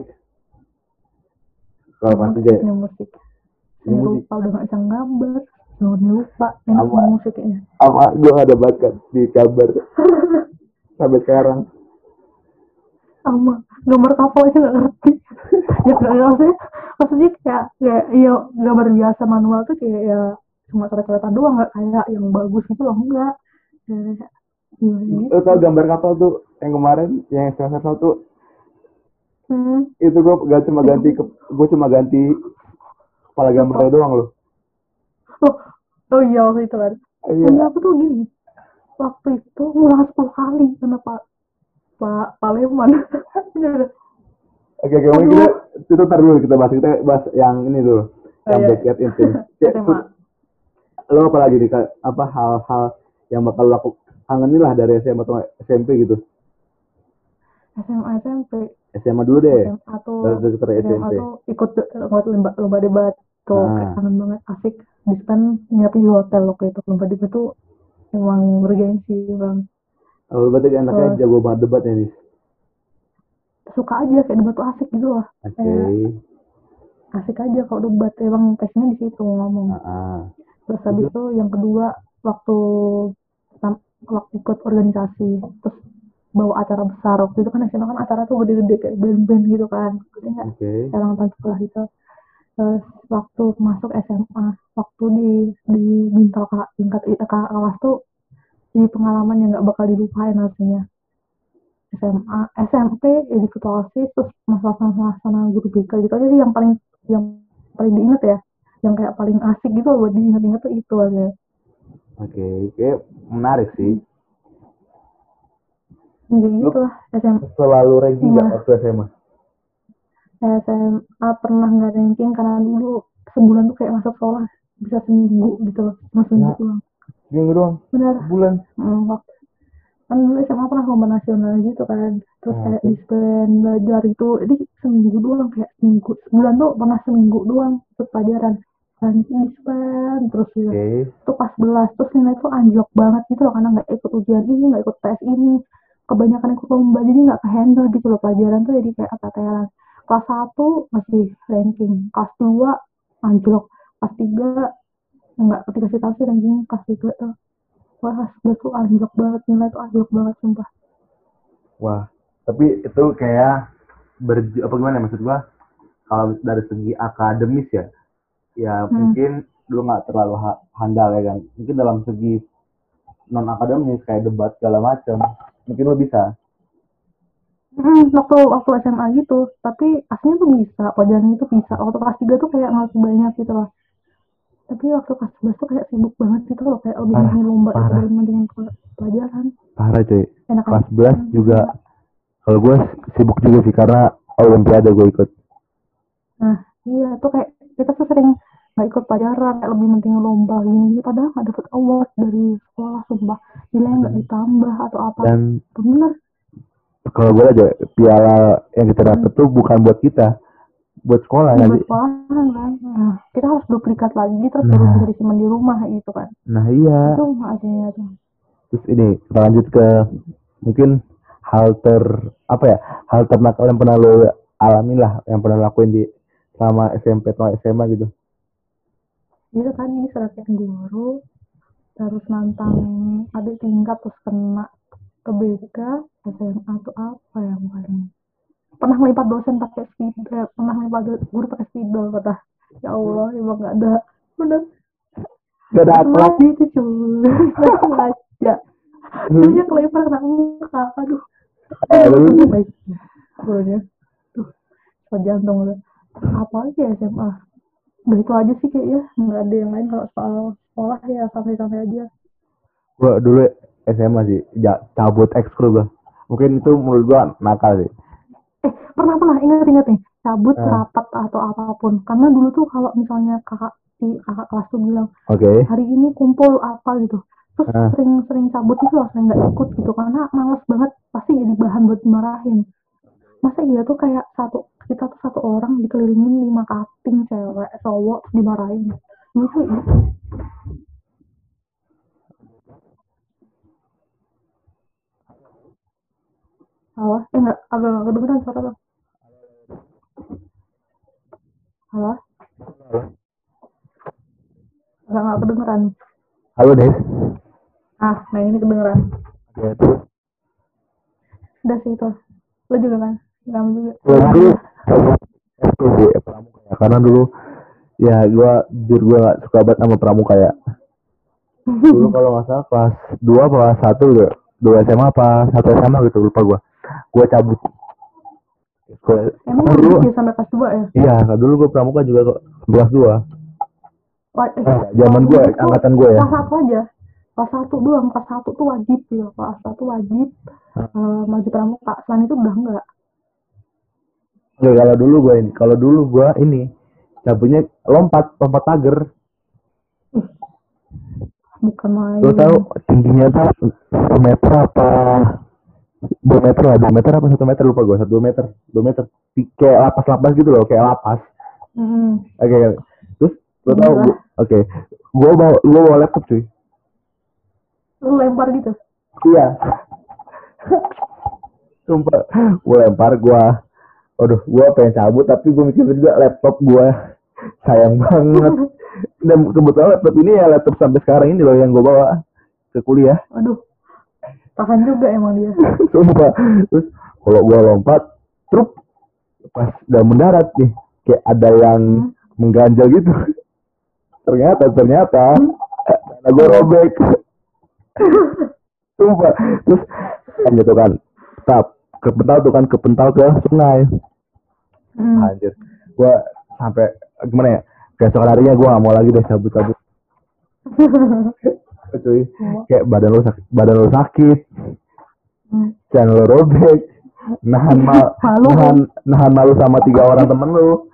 kalau pas Emang tiga ya seni musik seni seni musik rupa udah nggak bisa gambar seni lupa enak apa seni musik kayaknya apa gue gak ada bakat di kabar sampai sekarang sama gambar kapal aja nggak ngerti ya nggak maksudnya maksudnya kayak kayak iya gambar biasa manual tuh kayak ya cuma coret-coretan doang nggak kayak yang bagus gitu loh enggak ya, gimana lo gitu tau gambar kapal tuh yang kemarin yang semester satu hmm. itu gue gak cuma ganti ke gue cuma ganti kepala gambarnya doang loh. oh, oh iya waktu itu kan Iya. punya aku tuh gini waktu itu ngulang sepuluh kali karena pak pak Paleman Oke, oke, mungkin kita itu ntar dulu kita bahas kita bahas yang ini dulu, oh, yang iya. backyard instinct. S M A. Lo apa lagi nih, apa hal-hal yang bakal lo kangenin lah dari S M A atau S M P gitu? S M A S M P. S M A dulu deh. S M A tuh Baru kita S M A tuh ikut lomba lomba debat tuh ah. kayak kangen banget asik dispen nyiapin di hotel waktu itu lomba debat tuh emang bergengsi bang. Oh, berarti anaknya jago banget debat ya nih. Suka aja kayak debat tuh asik gitu loh. Oke. Okay. Asik aja kalau debat emang passionnya di situ ngomong. Uh-uh. Terus habis itu yang kedua waktu waktu ikut organisasi terus bawa acara besar waktu itu kan S M A kan acara tuh gede-gede kayak band-band gitu kan. Oke. Okay. Sekarang tahun sekolah itu. Terus waktu masuk S M A waktu di diminta kak tingkat kakak kelas tuh jadi pengalaman yang nggak bakal dilupain rasanya. S M A, S M P jadi ketua OSIS terus masalah-masalah sama guru B K gitu aja sih yang paling yang paling diinget ya yang kayak paling asik gitu buat diinget-inget tuh itu aja. Oke, okay. Kayak menarik sih. Ya gitu lah S M A. Selalu ranking nggak waktu S M A? S M A pernah nggak ranking karena dulu sebulan tuh kayak masuk sekolah bisa seminggu gitu loh, masuk seminggu doang. Seminggu doang? Benar. Sebulan? Hmm, waktu kan dulu S M A pernah lomba nasional gitu kan terus nah, kayak dispen belajar itu jadi seminggu doang kayak seminggu sebulan tuh pernah seminggu doang ikut pelajaran kan dispen terus ya okay. Tuh pas belas terus nilai tuh anjlok banget gitu loh karena nggak ikut ujian ini nggak ikut tes ini kebanyakan ikut lomba jadi nggak kehandle gitu loh pelajaran tuh jadi kayak keteteran kelas satu masih ranking kelas dua anjlok kelas tiga nggak dikasih tahu sih ranking kelas tiga tuh wah, dia tuh anjlok banget, nilai tuh anjlok banget, sumpah. Wah, tapi itu kayak berju apa gimana maksud gua? Kalau dari segi akademis ya, ya hmm. mungkin lu nggak terlalu ha- handal ya kan. Mungkin dalam segi non akademis kayak debat segala macam, mungkin lu bisa. Hmm, waktu waktu S M A gitu, tapi aslinya tuh bisa, pelajarannya itu bisa. Waktu kelas tiga tuh kayak nggak banyak gitu loh. Tapi waktu kelas sebelas tuh kayak sibuk banget gitu loh kayak lebih mending lomba daripada mending pelajaran parah cuy enak kelas sebelas kan? juga kalau gue sibuk juga sih karena olimpiade gue ikut nah iya tuh kayak kita tuh sering nggak ikut pelajaran kayak lebih penting lomba gini padahal nggak dapet award dari sekolah sumpah nilai nggak ditambah atau apa dan bener kalau gue aja piala yang kita dapet hmm. tuh bukan buat kita buat sekolah ya, buat sekolah kan nah, kita harus duplikat lagi terus nah. baru bisa disimpan di rumah gitu kan nah iya itu maksudnya tuh terus ini kita lanjut ke mungkin hal ter apa ya hal ternakal yang pernah lo alamin lah, yang pernah lakuin di selama S M P atau S M A gitu? Itu tadi seratin guru, terus nantang adik tingkat terus kena ke B K. S M A tuh apa yang paling pernah melipar dosen pakai spidol, pernah melipar guru pakai spidol, kata ya Allah emang nggak ada bener Gak ada akhlak. lagi itu cuy nggak sengaja gurunya kelempar kena muka, aduh Eh, lu gurunya baik gurunya tuh so jantung tuh. Apa aja S M A udah itu aja sih kayaknya, nggak ada yang lain. Kalau soal sekolah ya sampai-sampai aja. gua dulu S M A sih ja, cabut ekskul gua. Mungkin itu menurut gua nakal sih. Eh pernah pernah ingat ingat nih cabut Ah. rapat atau apapun, karena dulu tuh kalau misalnya kakak si kakak kelas tuh bilang Oke. hari ini kumpul apa gitu, terus Ah. sering-sering cabut itu loh, sering nggak ikut gitu karena males banget, pasti jadi bahan buat dimarahin. Masa iya tuh kayak satu kita tuh satu orang dikelilingin lima kating cewek cowok terus dimarahin gitu ya. Halo, eh nggak agak nggak kedengeran suara lo. Halo, agak nggak kedengeran. Halo Des. Ah, nah ini kedengeran. Ya terus. Udah sih itu. Lo juga kan? Kamu juga. Gua dulu ekskul sih pramuka ya. Karena dulu ya gua jujur gua gak suka banget sama pramuka ya. Dulu kalau nggak salah kelas dua apa kelas satu gitu. dua S M A apa satu S M A gitu lupa gua. Gua cabut. Gua, Emang dulu lanjut ya sampai kelas dua ya? iya, dulu gua pramuka juga kok kelas dua. Wah, eh, Eh, zaman kalau gua, dulu tuh angkatan gua ya. Kelas satu aja. Kelas satu doang, kelas satu tuh wajib gitu. Kelas satu wajib eh, maju pramuka. Selain itu udah enggak. Ya, kalau dulu gua ini, kalau dulu gua ini cabutnya lompat, lompat pagar. Bukan main. Lu tahu tingginya tuh satu meter apa dua meter lah, dua meter apa satu meter lupa gua, satu dua meter, dua meter. Kayak lapas-lapas gitu loh, kayak lapas. Mm-mm. Oke, okay. Terus lu tahu, Gila. oke, okay. Gua bawa, gua bawa laptop cuy. Lu lempar gitu. Iya. Sumpah, gua lempar, gua, aduh, gua pengen cabut tapi gua mikir juga laptop gua sayang banget. Dan kebetulan laptop ini ya laptop sampai sekarang ini loh yang gua bawa ke kuliah. Aduh. Tahan juga emang dia. Sumpah. Terus kalau gua lompat, truk pas udah mendarat nih, kayak ada yang Hmm. mengganjal gitu. Ternyata, ternyata, karena gua robek. Sumpah. Terus kan gitu kan, tap, kepental tuh kan, kepental ke sungai. Hmm. Anjir. Gua sampai gimana ya? Besok harinya gua gak mau lagi deh cabut-cabut. Cuy, kayak badan lo sakit, badan lo sakit, Hmm. channel lo robek, nahan mal, Malu. nahan, nahan malu sama tiga orang temen lo.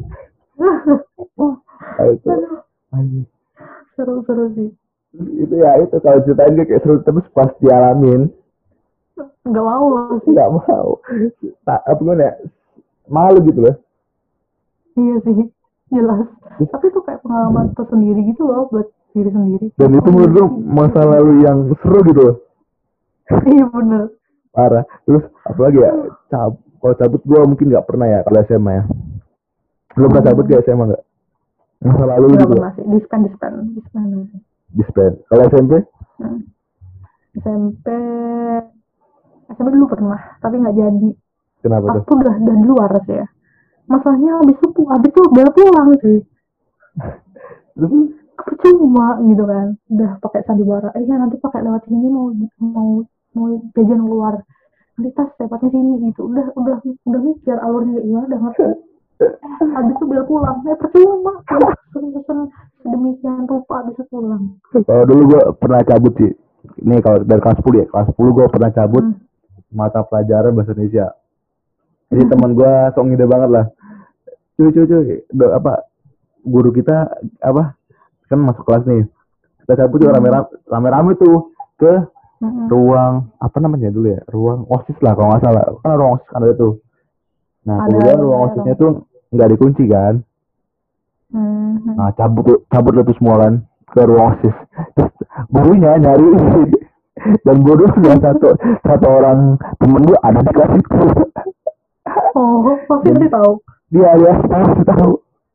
Nah, itu, anjir. Seru-seru sih. Itu ya itu kalau ceritain gue kayak seru, terus pas dialamin Nggak mau sih. nggak mau. Tak apa gimana ya? Malu gitu loh. Iya sih. Jelas. Tapi itu kayak pengalaman tersendiri gitu loh buat diri sendiri. Dan itu menurut gue masa lalu yang seru gitu loh. Iya bener. Parah. Terus apalagi ya? Cab kalau cabut gue mungkin nggak pernah ya kalau S M A ya. Lo pernah cabut ke S M A nggak? Masa lalu Nggak gitu. pernah sih. Dispen, dispen. Dispen sih. Dispen. Kalau S M P? Hmm. S M P S M P dulu pernah, tapi nggak jadi. Kenapa Pas tuh? tuh udah, udah di luar sih ya. Masalahnya habis itu habis itu udah pulang sih. Terus Percuma gitu kan. Udah pakai sandiwara. Eh ya nanti pakai lewat sini mau mau mau jajan keluar. Nanti tas lewatnya sini gitu. Udah udah udah mikir alurnya kayak gimana, udah ngerti. Eh, habis itu biar pulang. Eh percuma. Pesen-pesen sedemikian rupa habis itu pulang. kalau dulu gue pernah cabut sih. Nih kalau dari kelas sepuluh ya, kelas sepuluh gue pernah cabut Hmm. mata pelajaran bahasa Indonesia. Jadi teman gue sok ngide banget lah. Cuy cuy cuy, do, apa guru kita apa kan masuk kelas nih. Kita cabut tuh Hmm. rame-rame, rame-rame tuh ke Mm-mm. ruang apa namanya dulu ya, ruang OSIS lah kalau nggak salah. Kan ruang OSIS kan ada tuh. Nah Ada, kemudian ada, ruang ada. OSISnya tuh nggak dikunci kan. Hmm. Nah cabut tuh, cabut lah tuh semua kan ke ruang OSIS. Terus gurunya nyariin Dan bodohnya satu satu orang temen gue ada di kelas itu. Oh, pasti Dan pasti tahu. dia dia tahu tahu.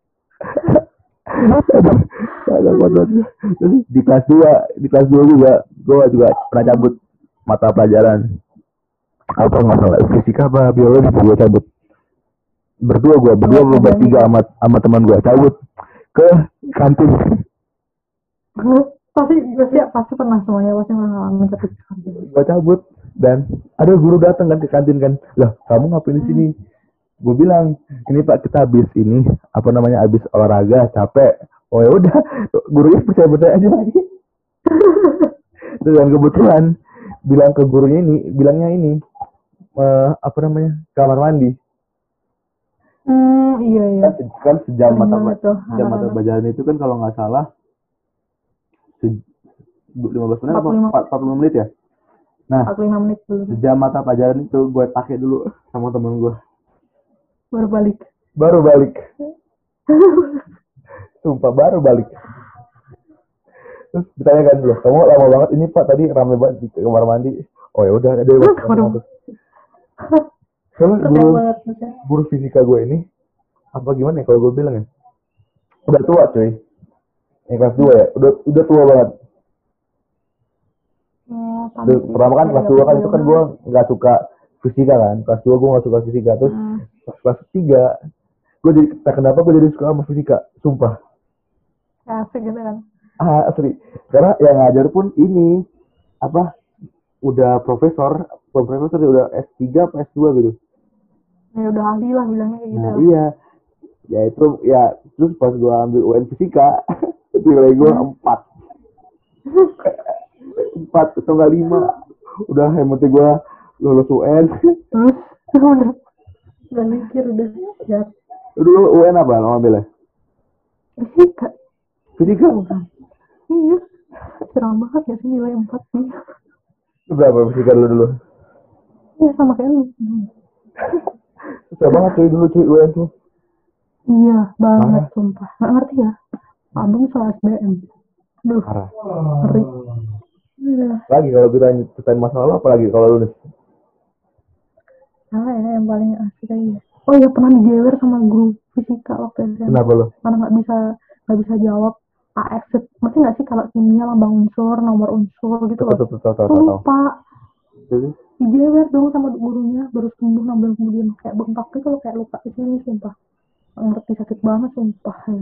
Aduh, agak kuat banget gue. Terus di kelas dua di kelas dua juga gue juga pernah cabut mata pelajaran apa nggak salah fisika apa biologi gue cabut berdua gue berdua Nggak ada bertiga yang sama sama teman gue cabut ke kantin. pasti pasti pasti pernah semuanya pasti pernah ngalamin cabut di kantin. Gue cabut dan ada guru datang kan ke kantin kan, lah kamu ngapain di sini? Gue bilang ini pak kita habis ini apa namanya habis olahraga capek. Oh ya udah gurunya percaya percaya aja lagi. Terus dan kebetulan bilang ke gurunya ini bilangnya ini uh, apa namanya kamar mandi. Hmm, iya iya. Kan, kan sejam Sering mata banget tuh, sejam mata anak-anak. pelajaran itu kan kalau nggak salah se- lima belas menit empat atau puluh lima empat puluh menit ya. Nah empat puluh lima menit dulu sejam mata pelajaran itu gue pakai dulu sama temen gue baru balik. baru balik. Sumpah baru balik. Terus ditanyakan dulu, kamu lama banget ini pak tadi rame banget di kamar mandi. Oh ya udah ada waktu. Kalau guru banget guru fisika gue ini apa gimana ya kalau gue bilang ya udah tua cuy. Ini kelas dua ya udah udah tua banget. Oh, Terus, pertama kan kelas dua kan itu kan gue nggak suka fisika kan kelas dua gue nggak suka fisika terus hmm. kelas tiga gue jadi kenapa gue jadi suka sama fisika sumpah asik gitu kan. ah asli karena yang ngajar pun ini apa udah profesor profesor udah S tiga apa S dua gitu Ya udah ahli lah bilangnya kayak gitu. nah iya ya itu ya terus pas gue ambil U N fisika nilai gue Hmm. empat empat atau nggak lima udah yang penting gue lulus U N. Terus udah udah mikir udah ya Dulu U N apa lo ambilnya fisika. fisika Iya, serem banget ya sih nilai empat sih. Lu berapa fisika dulu dulu Iya sama kayak lu. susah banget cuy dulu cuy U N tuh Iya banget Parah. sumpah. Nggak ngerti ya. Abang soal S B M. Duh, parah ngeri. Iya. lagi kalau kita ceritain masalah lo apa lagi kalau lulus Nah, ya yang paling asik aja. Oh iya pernah dijewer sama guru fisika waktu S M A. kenapa lo Karena nggak bisa nggak bisa jawab A X. Ngerti nggak sih kalau kimia lambang unsur, nomor unsur gitu loh. tahu tahu tahu tahu Tuh tahu lupa. jadi Dijewer dong sama gurunya baru sembuh enam bulan kemudian kayak bengkak gitu loh kayak luka di sini sumpah. Nggak ngerti sakit banget sumpah ya.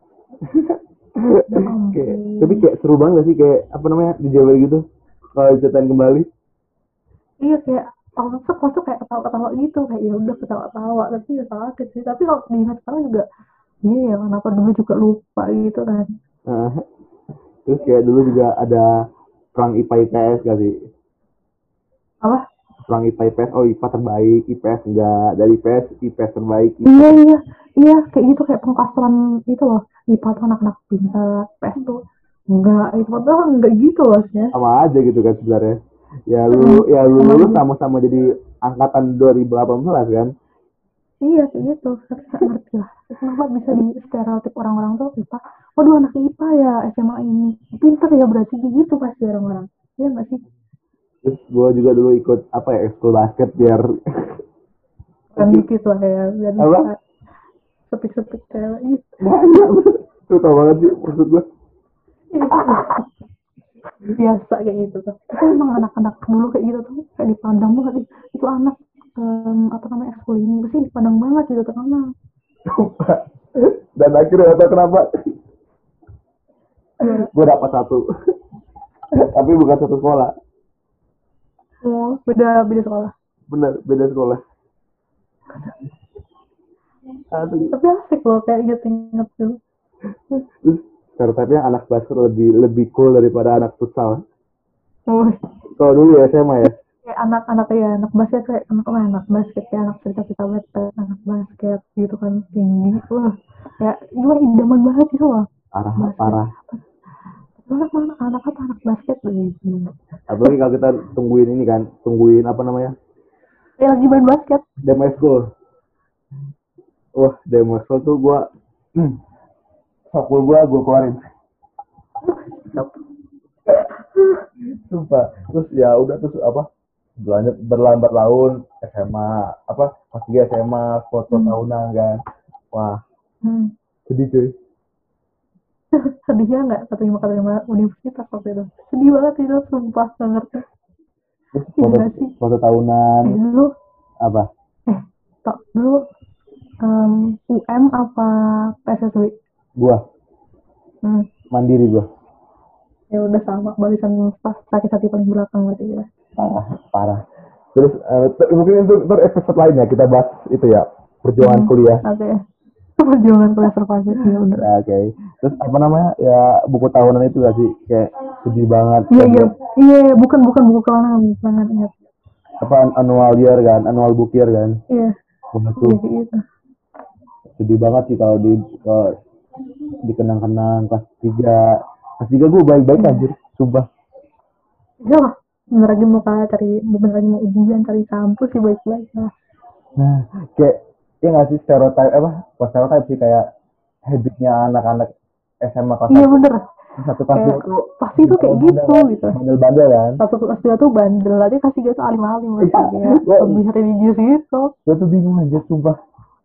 Ya ampun. kayak tapi kayak seru banget sih kayak apa namanya di Jawa gitu kalau diceritain kembali Iya kayak waktu itu kelas tuh kayak ketawa-ketawa gitu kayak ya udah ketawa-ketawa tapi ya sakit sih tapi kalau diingat sekarang juga iya ya kenapa dulu juga lupa gitu kan. nah, terus kayak dulu juga ada perang I P A I P S gak sih Apa? perang I P A I P S oh I P A terbaik I P S enggak dari I P S I P S terbaik I P A. Iya iya iya kayak gitu kayak pengkastoran itu loh I P A tuh anak-anak pintar P S tuh enggak itu tuh enggak gitu loh ya. Sama aja gitu kan sebenarnya ya lu Hmm, ya lu sama lu aja. sama-sama jadi angkatan dua ribu delapan belas kan Iya kayak gitu tapi nggak ngerti lah kenapa bisa di stereotip orang-orang tuh I P A waduh anak I P A ya S M A ini pintar ya berarti gitu pasti orang-orang iya nggak sih. terus gue juga dulu ikut apa ya ekskul basket biar Kan dikit lah ya biar Apa? bisa sepik-sepik cewek ih. banyak tuh tau banget sih maksud gue Biasa kayak gitu tuh itu emang anak-anak dulu kayak gitu tuh kayak dipandang banget ih, itu anak um, apa namanya ekskul ini pasti dipandang banget gitu terkenal. dan akhirnya gak tau kenapa Ya, gue dapat satu tapi bukan satu sekolah oh, beda beda sekolah bener beda sekolah Aduh. tapi asik loh kayak gitu inget tuh. Terus stereotipnya anak basket lebih lebih cool daripada anak futsal Oh, kalau dulu ya S M A ya kayak anak-anak ya anak basket kayak anak oh, anak basket kayak anak cerita-cerita basket anak basket gitu kan tinggi wah kayak gimana idaman banget gitu loh parah basket. parah anak anak anak apa anak basket gitu apalagi kalau kita tungguin ini kan tungguin apa namanya ya lagi main basket demo school wah demo school tuh gue hmm, fakul gue gue keluarin Sumpah. Terus ya udah terus apa? Berlanjut berlambat laun S M A apa pas tiga S M A foto Hmm. tahunan kan. Wah, Hmm. sedih cuy. Sedihnya nggak keterima keterima universitas waktu itu. Sedih banget itu, sumpah nggak ngerti. Terus Iya foto nggak sih? foto tahunan Eh dulu, apa? eh tak dulu em, U M apa P S S W? Gua Hmm. mandiri gua. Ya udah sama, barisan pas sakit-sakit paling belakang berarti ya. Parah, parah. Terus eh, ter- mungkin itu ter episode lainnya kita bahas itu ya perjuangan Hmm. kuliah. Oke. Perjuangan kuliah survival ya udah. Ya, oke. Terus apa namanya ya buku tahunan itu gak sih kayak sedih banget. Iya Kayak iya buat- iya iya, bukan bukan buku kalangan banget ingat. apa annual year kan, annual book year kan. Iya, Wah, itu iya kayak gitu. sedih banget sih kalau di kalau dikenang-kenang kelas tiga. Kelas tiga gue baik-baik Iya. anjir, sumpah. Iya lah. Bentar lagi mau kalah cari, bentar lagi mau ujian cari kampus sih baik-baik lah. Nah, kayak ya nggak sih stereotype apa? Bukan stereotype sih kayak habitnya anak-anak S M A kelas Iya satu bener. satu kelas Kayak dua tuh pasti tuh kayak gitu gitu. bandel-bandel kan. Satu kelas dua tuh bandel aja, kasih dia tuh alim-alim lah Iya, kayak gua- lebih religius gitu. Gue tuh bingung aja sumpah.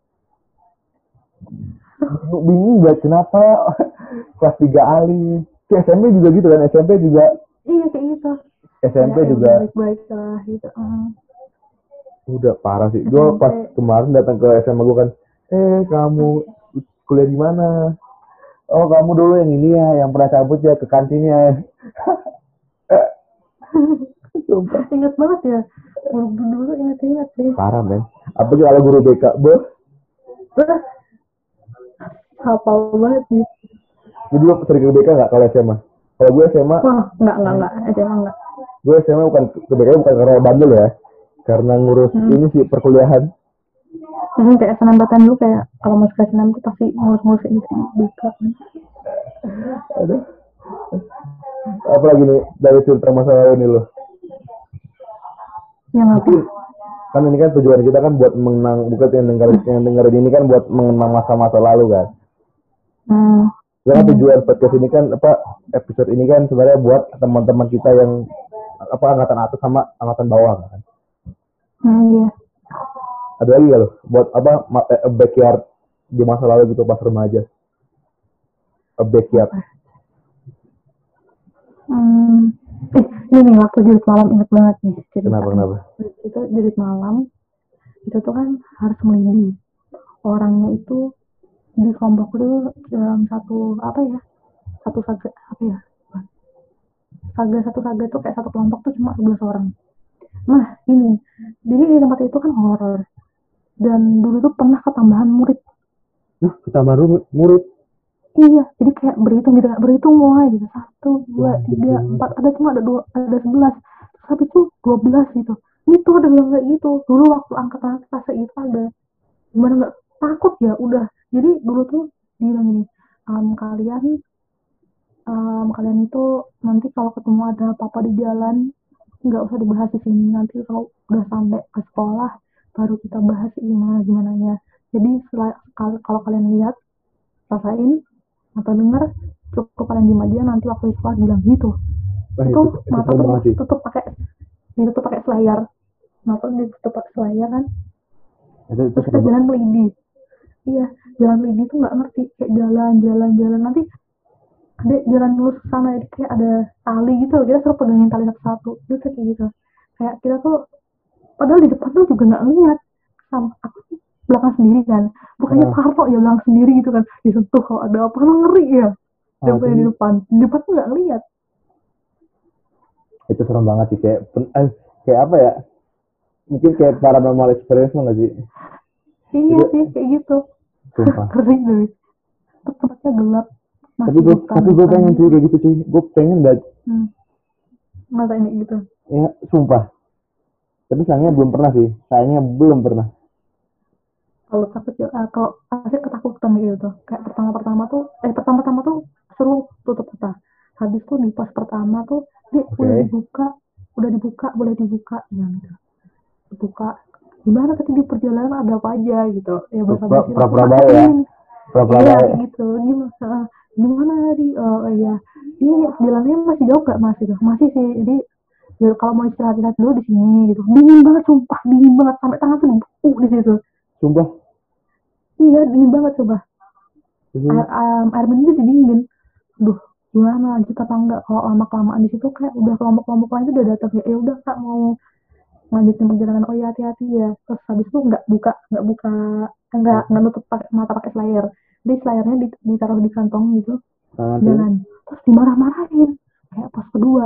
Bingung, bingung banget kenapa kelas tiga alim. Di S M P juga gitu kan, S M P juga Iya kayak gitu. S M P Ya, juga baik-baik lah gitu. Hmm. udah parah sih. Gue S M P. pas kemarin datang ke S M A gue kan, eh kamu kuliah di mana? Oh kamu dulu yang ini ya, yang pernah cabut ya ke kantinnya. Sumpah. Ingat banget ya. Dulu dulu ingat-ingat deh. Parah men. Apalagi kalau guru B K, boh. Wah, hafal banget sih. Lu dulu sering ke B K nggak kalau S M A? Kalau gue S M A, Wah, enggak enggak enggak, S M A enggak. gue S M A bukan ke B K bukan karena bandel ya, karena ngurus Hmm. ini sih perkuliahan. Hmm, kayak senambatan dulu kayak kalau masuk ke S N M tuh pasti ngurus-ngurus ini sih buka. Aduh. Apalagi nih dari cerita masa lalu nih lo. Yang apa? Mungkin kan ini kan tujuan kita kan buat mengenang, bukan yang dengerin yang dengerin ini kan buat mengenang masa-masa lalu kan. Hmm. Karena tujuan podcast ini kan apa episode ini kan sebenarnya buat teman-teman kita yang apa angkatan atas sama angkatan bawah kan. Hmm, iya. Ada lagi gak lo buat apa ma- eh, backyard di masa lalu gitu pas remaja? A backyard. Hmm. Eh, ini nih waktu jurit malam ingat banget nih cerita. Kenapa kenapa? Itu jurit malam itu tuh kan harus melindih. Orangnya itu di kelompok itu dalam satu apa ya? Satu saga apa ya? Saga satu saga tuh kayak satu kelompok tuh cuma sebelas orang. Nah, ini. Jadi di tempat itu kan horor. Dan dulu tuh pernah ketambahan murid. Duh, kita baru murid. Iya, jadi kayak berhitung gitu, kayak berhitung mulai gitu. Satu, dua, tiga, empat, ada cuma ada dua, ada sebelas. Terus habis itu dua belas gitu. Gitu ada bilang kayak gitu. Dulu waktu angkatan fase itu ada. Gimana nggak takut ya? Udah. Jadi dulu tuh dibilang gini, um, kalian, um, kalian itu nanti kalau ketemu ada apa-apa di jalan, nggak usah dibahas di sini. Nanti kalau udah sampai ke sekolah, baru kita bahas gimana gimana nya. Jadi sel- kalau, kalau kalian lihat, rasain atau dengar, cukup kalian diem aja, nanti waktu di sekolah bilang gitu. Wah, Itu itu, itu mata serem banget tuh sih. tutup pakai ditutup pakai selayar, mata ditutup pakai selayar kan. Itu, itu Terus kita serem banget. jalan melidi. Iya, jalan melidi tuh nggak ngerti, kayak jalan jalan jalan nanti ada jalan lurus ke sana, jadi kayak ada tali gitu, kita suruh pegangin tali satu-satu, itu kayak gitu. Kayak kita tuh padahal di depan tuh juga nggak ngeliat, sama aku sih belakang sendiri kan, bukannya Nah. parno ya belakang sendiri gitu kan, disentuh kalau ada apa kan ngeri ya. Ah, Daripada di itu, depan, di depan tuh nggak ngeliat. itu serem banget sih kayak pen- eh, kayak apa ya? Mungkin kayak paranormal experience nggak sih? Iya Itu- sih kayak gitu. Sumpah. Ngeri tuh. Terus tempatnya gelap. Masih tapi gue hutan, tapi gue hutan pengen gitu. cuy kayak gitu cuy. Gue pengen banget. Hmm. Masa ini gitu. Ya, sumpah. Tapi sayangnya belum pernah sih. Sayangnya belum pernah. Kalau takut ya, uh, kalau pasti ketakutan gitu tuh. Kayak pertama-pertama tuh, eh pertama-tama tuh seru tutup mata. Habis tuh di pos pertama tuh, di Oke. udah dibuka, udah dibuka, boleh dibuka, ya gitu. Dibuka. Gimana tadi di perjalanan ada apa aja gitu. Ya bahasa Pra- basi pra-pra langsung baik ya. matiin. Pura-pura Iya baik. kayak gitu. Gimana? uh, gimana tadi? Oh iya, ini ini jalannya masih jauh gak mas gitu? Masih sih, jadi ya kalau mau istirahat-istirahat dulu di sini gitu. Dingin banget sumpah, dingin banget sampai tangan tuh beku di situ. Sumpah. Iya dingin banget coba. Terus, Air, um, air minum jadi dingin. Aduh, gimana lanjut apa enggak? Kalau lama kelamaan di situ kayak udah kelompok-kelompok lain tuh udah datang ya. Ya udah kak mau lanjutin perjalanan. Oh ya hati-hati ya. Terus habis itu nggak buka nggak buka nggak nggak nutup pakai mata pakai slayer. Jadi slayernya ditaruh di kantong gitu. nah, Jalan. Terus dimarah-marahin kayak pas kedua.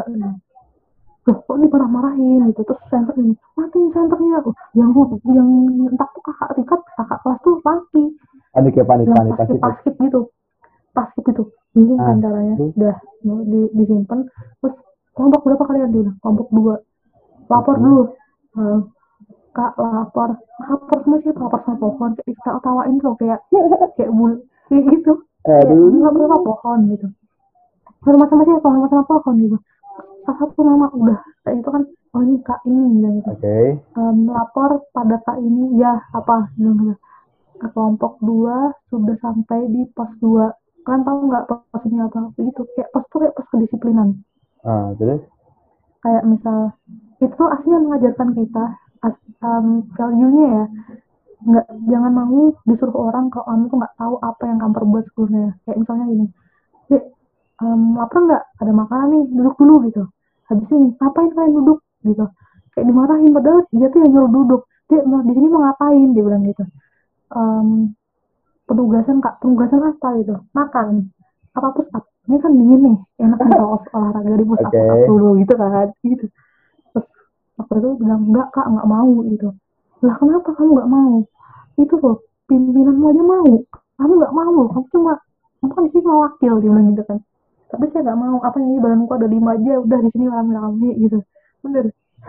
Loh kok dimarah-marahin gitu. Terus center ini matiin senternya. Oh, yang yang entah tuh kakak tingkat kakak kelas tuh laki. panik ya panik Yang panik pasti. paskip gitu. Paskip gitu. Bingung Ah, kan caranya. terus? Udah di, disimpan. Terus kelompok berapa kalian dia bilang? Kelompok dua. Lapor Hmm. dulu. Uh, kak lapor. Lapor sama siapa? Lapor sama pohon. Kayak kita tawain tuh kayak kayak bul kayak gitu. Kayak Aduh. lapor sama pohon gitu. Hormat sama siapa? Hormat sama pohon gitu. Salah satu nama udah kayak itu kan. Oh ini kak ini bilang gitu. Oke. Okay. Um, lapor pada kak ini ya apa bilang gitu. Ke kelompok dua sudah sampai di pos dua. Kalian tahu nggak pos ini apa? Gitu kayak pos tuh kayak pos kedisiplinan. Ah, terus? Kayak misal itu aslinya mengajarkan kita as, um, value-nya ya, nggak jangan mau disuruh orang kalau kamu tuh nggak tahu apa yang kamu perbuat sebelumnya. Kayak misalnya gini, dek um, lapar nggak, ada makanan nih, duduk dulu gitu. Habis ini ngapain kalian duduk gitu, kayak dimarahin padahal dia tuh yang nyuruh duduk. Dek mau di sini mau ngapain, dia bilang gitu. um, penugasan kak penugasan apa gitu, makan apa push up, ini kan dingin nih, enak nih kalau olahraga di push up push up Okay. dulu gitu kan gitu. Terus waktu itu bilang enggak kak nggak mau gitu. Lah kenapa kamu nggak mau? Itu loh pimpinanmu aja mau, kamu nggak mau, kamu cuma kamu kan di sini mau wakil, dia bilang gitu kan. Tapi saya nggak mau, apa ini badanku ada lima aja udah di sini rame-rame gitu. Bener.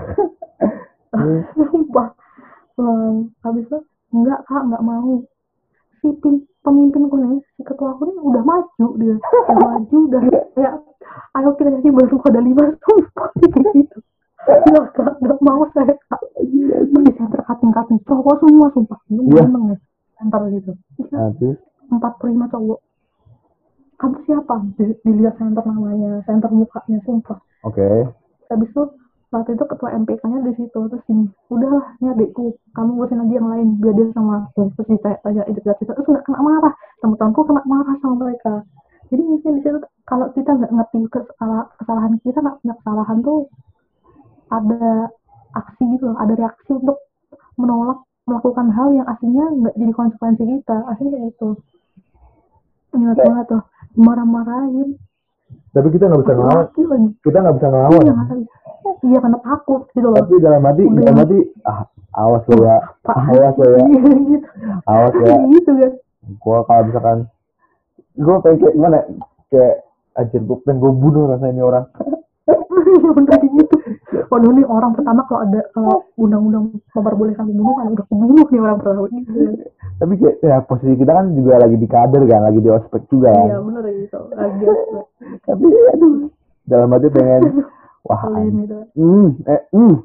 Sumpah. Um, habis itu enggak kak nggak mau. Si pim, pemimpinku nih, si ketua aku nih udah maju, dia udah maju udah kayak ayo kita nyanyi badanku ada lima, sumpah kayak gitu. Ya kak nggak mau saya kak. Di center kating-kating cowok semua sumpah. Iya. Ganteng ya center gitu. Nanti. Empat puluh lima cowok. Kamu siapa? Dilihat center namanya, center mukanya, sumpah. Oke. Okay. Habis itu waktu itu ketua M P K-nya di situ. Terus ini, udahlah ini adikku, kamu ngurusin aja yang lain biar dia sama aku. Terus ditanya cerita-cerita, terus nggak kena marah. Teman-temanku kena marah sama mereka. Jadi mungkin di situ kalau kita nggak ngerti kesalahan, kesalahan kita nggak punya kesalahan tuh ada aksi gitu loh, ada reaksi untuk menolak melakukan hal yang aslinya nggak jadi konsekuensi kita, aslinya kayak gitu. Ingat banget tuh, marah-marahin. Tapi kita nggak bisa ngelawan. Kita nggak bisa ngelawan. Iya, nggak bisa. Iya karena takut gitu loh. Tapi dalam hati, Udah. dalam hati, ah awas lo ya, awas lo ya, gitu. awas ya. Gitu kan. Gua kalau misalkan, gua pengen kayak gimana, kayak anjir gua pengen gua bunuh rasanya ini orang. Ya bener gitu. Waduh nih orang pertama kalau ada kalau undang-undang memperbolehkan pembunuhan udah pembunuh nih orang pertama gitu. Tapi kayak ya posisi kita kan juga lagi di kader kan, lagi di ospek juga kan. Iya bener gitu. Lagi ospek. Tapi aduh, dalam hati pengen wah, gitu. Hmm, eh, hmm.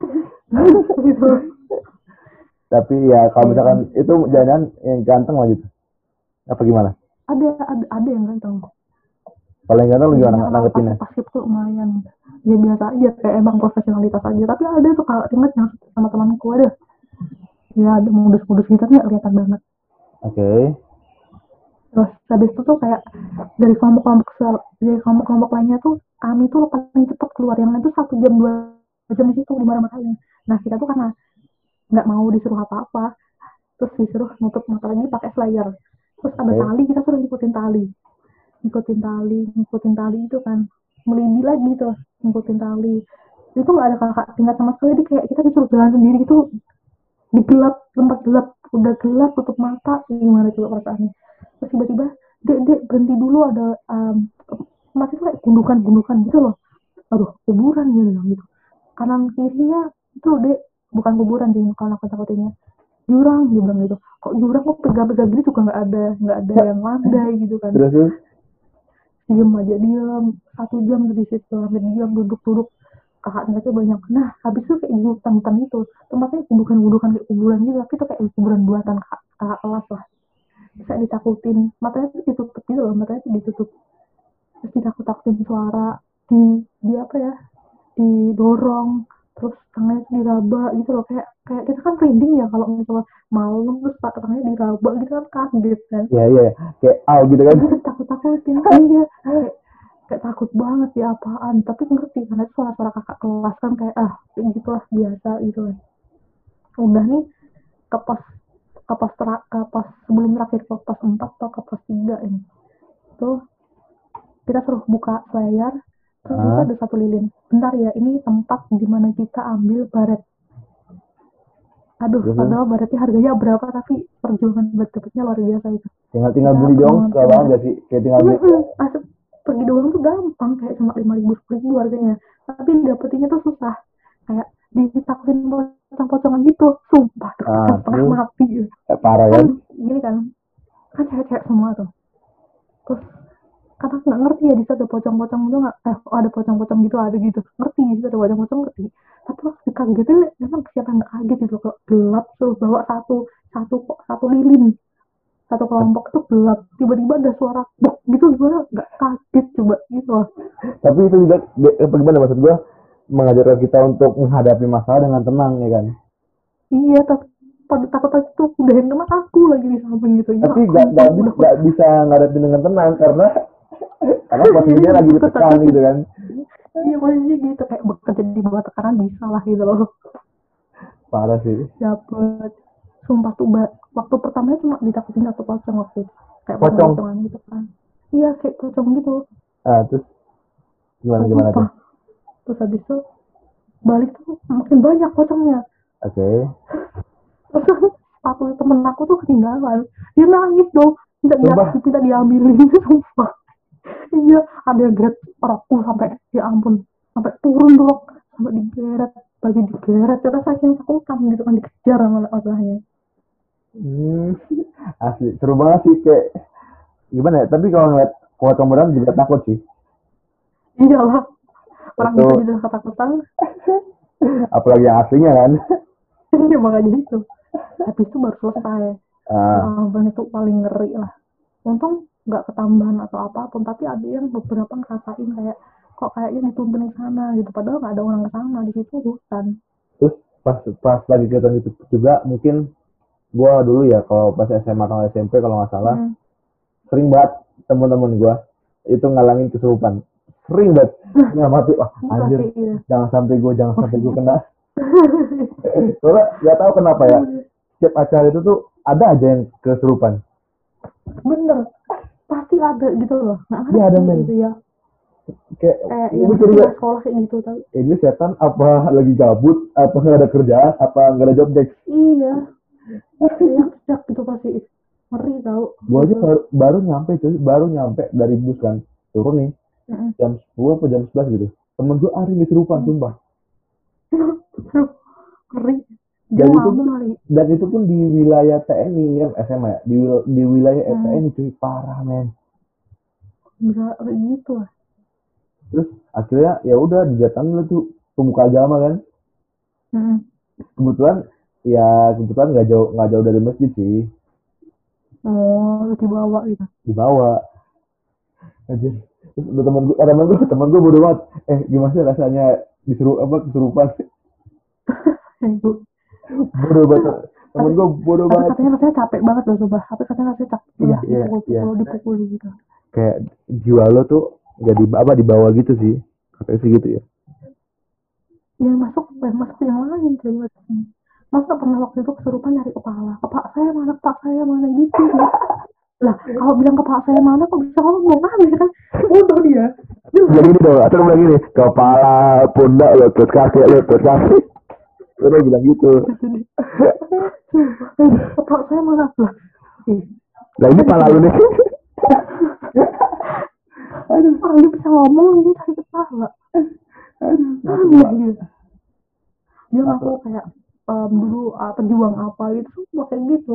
Gitu. Tapi ya kalau misalkan itu jangan yang ganteng lah gitu. Apa gimana? Ada ada ada yang ganteng. Kalau yang ganteng lu gimana nanggepinnya? Pas itu lumayan. Ya biasa aja kayak emang profesionalitas aja. Tapi ada tuh kalau inget yang sama temanku ada. Ya ada modus-modus gitu nih kelihatan banget. Oke. Okay. Terus habis itu tuh kayak dari kelompok-kelompok dari kelompok-kelompok lainnya tuh kami tuh paling cepat keluar, yang lain tuh satu jam dua jam di situ dimarah-marahin. Nah kita tuh karena nggak mau disuruh apa-apa, terus disuruh nutup mata lagi pakai slayer. Terus ada okay. tali, kita suruh ngikutin tali, ngikutin tali, ngikutin tali itu kan melidi lagi tuh, ngikutin tali. Itu nggak ada kakak tingkat sama sekali, kayak kita disuruh jalan sendiri gitu, di gelap, tempat gelap, udah gelap tutup mata, gimana coba perasaannya. Terus tiba-tiba, dek dek berhenti dulu, ada um, masih tuh kayak gundukan-gundukan gitu loh. Aduh, kuburan ya gitu. Kanan kirinya itu dek bukan kuburan sih kalau aku takutinnya. Jurang dia bilang gitu. Kok jurang kok pegang-pegang gini juga nggak ada nggak ada yang landai gitu kan. Terus terus diem aja diam satu jam di situ, sampai diam duduk-duduk. Kakak tingkatnya banyak. Nah, habis itu kayak di hutan-hutan itu. Tempatnya gundukan-gundukan kayak kuburan gitu, tapi itu kayak kuburan buatan kakak, kakak kelas lah. Bisa ditakutin, matanya tuh ditutup gitu loh, matanya tuh ditutup. terus ditakut-takutin suara, di di apa ya, didorong, terus tangannya tuh diraba gitu loh, kayak kayak kita kan merinding ya kalau misalnya malam terus tangannya diraba gitu kan, kaget kan. Iya iya, kayak aw gitu kan. Kayak gitu takut-takutin, iya kayak kayak takut banget ya apaan, tapi ngerti karena itu suara-suara kakak kelas kan, kayak ah gitulah biasa gitu kan. Udah nih ke pos ke pos terak ke pos sebelum terakhir, ke pos empat atau ke pos tiga ini tuh kita suruh buka layar, terus itu Ah, ada satu lilin, bentar ya ini tempat dimana kita ambil baret. Aduh, terus terus. padahal baretnya harganya berapa, tapi perjuangan buat dapetnya luar biasa itu. tinggal tinggal Kita beli doang, perjuangan suka pakai banget baret. gak sih, kayak tinggal beli. Mm-mm. Asap pergi doang tuh gampang, kayak cuma lima ribu sepuluh ribu harganya, tapi dapetinnya tuh susah, kayak ditakutin pocong-pocongan gitu, sumpah Ah, deg-degan setengah terus mati eh, parah kan. kan. Gini kan kan cewek-cewek semua tuh, terus karena nggak ngerti ya di situ ada pocong-pocong itu, nggak eh oh, ada pocong-pocong gitu, ada gitu ngerti di situ ada pocong-pocong, ngerti, tapi waktu dikagetin memang siapa yang nggak kaget gitu, kok gelap suruh bawa satu satu satu lilin, satu kelompok tuh gelap, tiba-tiba ada suara buk gitu, gimana nggak kaget coba gitu loh. Tapi itu juga de- eh, gimana, maksud gua mengajarkan kita untuk menghadapi masalah dengan tenang ya kan. Iya, tapi pada takut tuh udah yang kena aku lagi di samping gitu, ya Tapi gak, ampun gak, udah gak bisa ngadepin dengan tenang karena karena posisinya lagi ditekan takut. gitu kan. Iya posisinya gitu, kayak bekerja di bawah tekanan bisa lah gitu loh. Parah sih. Dapet, sumpah tuh ba- waktu pertamanya cuma ditakutin satu pocong waktu itu, kayak Pocong. pocong-pocongan gitu kan. Iya kayak pocong gitu, Ah, terus gimana gimana tuh? sumpah. Terus habis itu balik tuh makin banyak pocongnya. Oke. Okay. Terus sepatu temen aku tuh ketinggalan, dia nangis dong, minta dia Sumpah. minta diambilin. Sumpah. Iya, ada yang geret rokku sampai, ya ampun, sampai turun tuh, sampai digeret, baju digeret, terus saking takutan gitu kan, dikejar sama masalahnya. Hmm, asli seru banget sih, kayak gimana ya, tapi kalau ngeliat pocong beneran juga takut sih. Iyalah, orang Itu kita juga ketakutan. apalagi yang aslinya kan. Iya makanya itu, habis itu baru selesai. Ya Ah, ampun, itu paling ngeri lah. Untung nggak ketambahan atau apapun, tapi ada yang beberapa ngerasain kayak kok kayaknya dituntun ke sana gitu, padahal nggak ada orang ke sana, di situ hutan. terus pas pas lagi kegiatan itu juga mungkin gua dulu ya, kalau pas S M A atau S M P kalau nggak salah, Hmm. sering banget teman-teman gua itu ngalangin kesurupan, sering banget. Nggak mati, wah anjir, Iya. jangan sampai gua jangan sampai gua kena. Soalnya nggak tahu kenapa ya, setiap acara itu tuh ada aja yang kesurupan. Bener, pasti ada gitu loh, nggak ngerti Iya ada men, gitu ya, kayak kayak ini yang mikir juga, sekolah kayak gitu tapi ini setan apa lagi gabut, apa nggak ada kerjaan, apa nggak ada job desk. iya yang sejak gitu pasti ngeri tau Gua aja gitu. baru, baru nyampe cuy, baru nyampe dari bus kan, turun nih Mm-mm. jam sepuluh atau jam sebelas gitu, temen gua ada yang kesurupan Hmm. sumpah. Aduh, ngeri, dia Dan itu ngalamin kali. dan itu pun di wilayah T N I kan, S M A ya, di, wil- di wilayah Hmm. T N I cuy, parah men. Bisa kayak gitu lah. Terus akhirnya ya udah didatangin lah tuh pemuka agama kan, Mm-mm. kebetulan ya kebetulan nggak jauh nggak jauh dari masjid sih, Oh terus dibawa gitu. dibawa aja. Terus ada temen gue, temen gue temen gue bodo banget, eh gimana sih rasanya disuruh apa kesurupan. Ibu. Bodo banget temen gue, bodo Tapi banget. katanya rasanya capek banget loh coba. Tapi katanya rasanya capek Iya lah, iya iya, dipukul-pukul, dipukul gitu. kayak jiwa lo tuh nggak di apa dibawa gitu sih, katanya sih gitu ya. Yang masuk, yang masuk yang lain cuy. Masa pernah waktu itu kesurupan nyari kepala. Kepak saya mana, kepak saya mana gitu sih. Lah kalau bilang kepak saya mana kok bisa ngomong aneh kan? Bodoh dia. Bilang gini dong, atau bilang gini, kepala, pundak, lutut kaki, lutut kaki. Udah bilang gitu. Kepak saya mana lah. Lah ini pala lu nih. Aduh, orang dia bisa ngomong dia cari kepala. Aduh, Aneh dia. Dia ngaku kayak um, dulu uh, pejuang apa gitu, semua kayak gitu.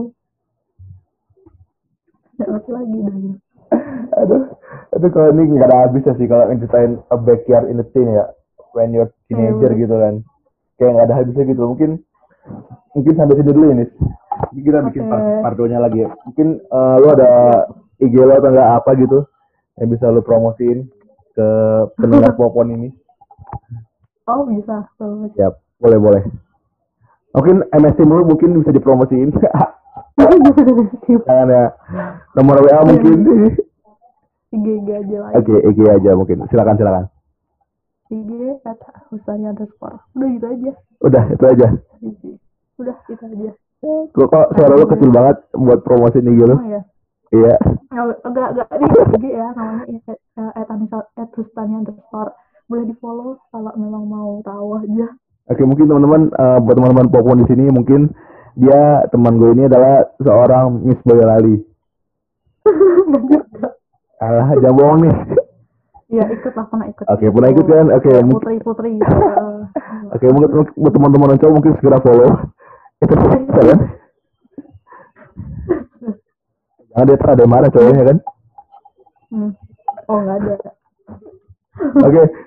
Nggak ngerti lagi dah gitu. aduh, aduh kalau ini nggak ada habisnya sih kalau ceritain a backyard in a teen ya, when you're teenager Eh, gitu kan, kayak nggak ada habisnya gitu. Mungkin mungkin sampai sini dulu ini. Mungkin kita bikin Oke. part partonya lagi ya. Mungkin uh, lu ada I G lo atau nggak apa gitu, yang bisa lu promosiin ke pendengar Popon ini? Oh bisa, promosi. Siap, boleh boleh. Mungkin M S Team lu mungkin bisa dipromosiin. Jangan ya. Nomor W A mungkin. I G G aja lah. Oke, I G aja mungkin. Silakan silakan. I G kata Hustani underscore. Udah gitu aja. Udah, itu aja. Udah itu aja. Kok kok suara lu kecil banget buat promosi nih gitu. Oh ya. Iya. Enggak enggak di I G ya namanya at Hustani underscore. Boleh di follow kalau memang mau tahu aja. Oke, mungkin teman-teman uh, buat teman-teman Popon di sini mungkin dia teman gue ini adalah seorang Miss Boyolali. Alah, jangan bohong nih. Iya, ikut lah, pernah ikut. Oke, pernah ikut kan? Oke, ya, mungkin putri-putri gitu. Oke, mungkin buat teman-teman cowok mungkin segera follow. Itu bisa kan? Jangan dia terada marah cowoknya kan? Hmm. Oh, enggak ada. Oke.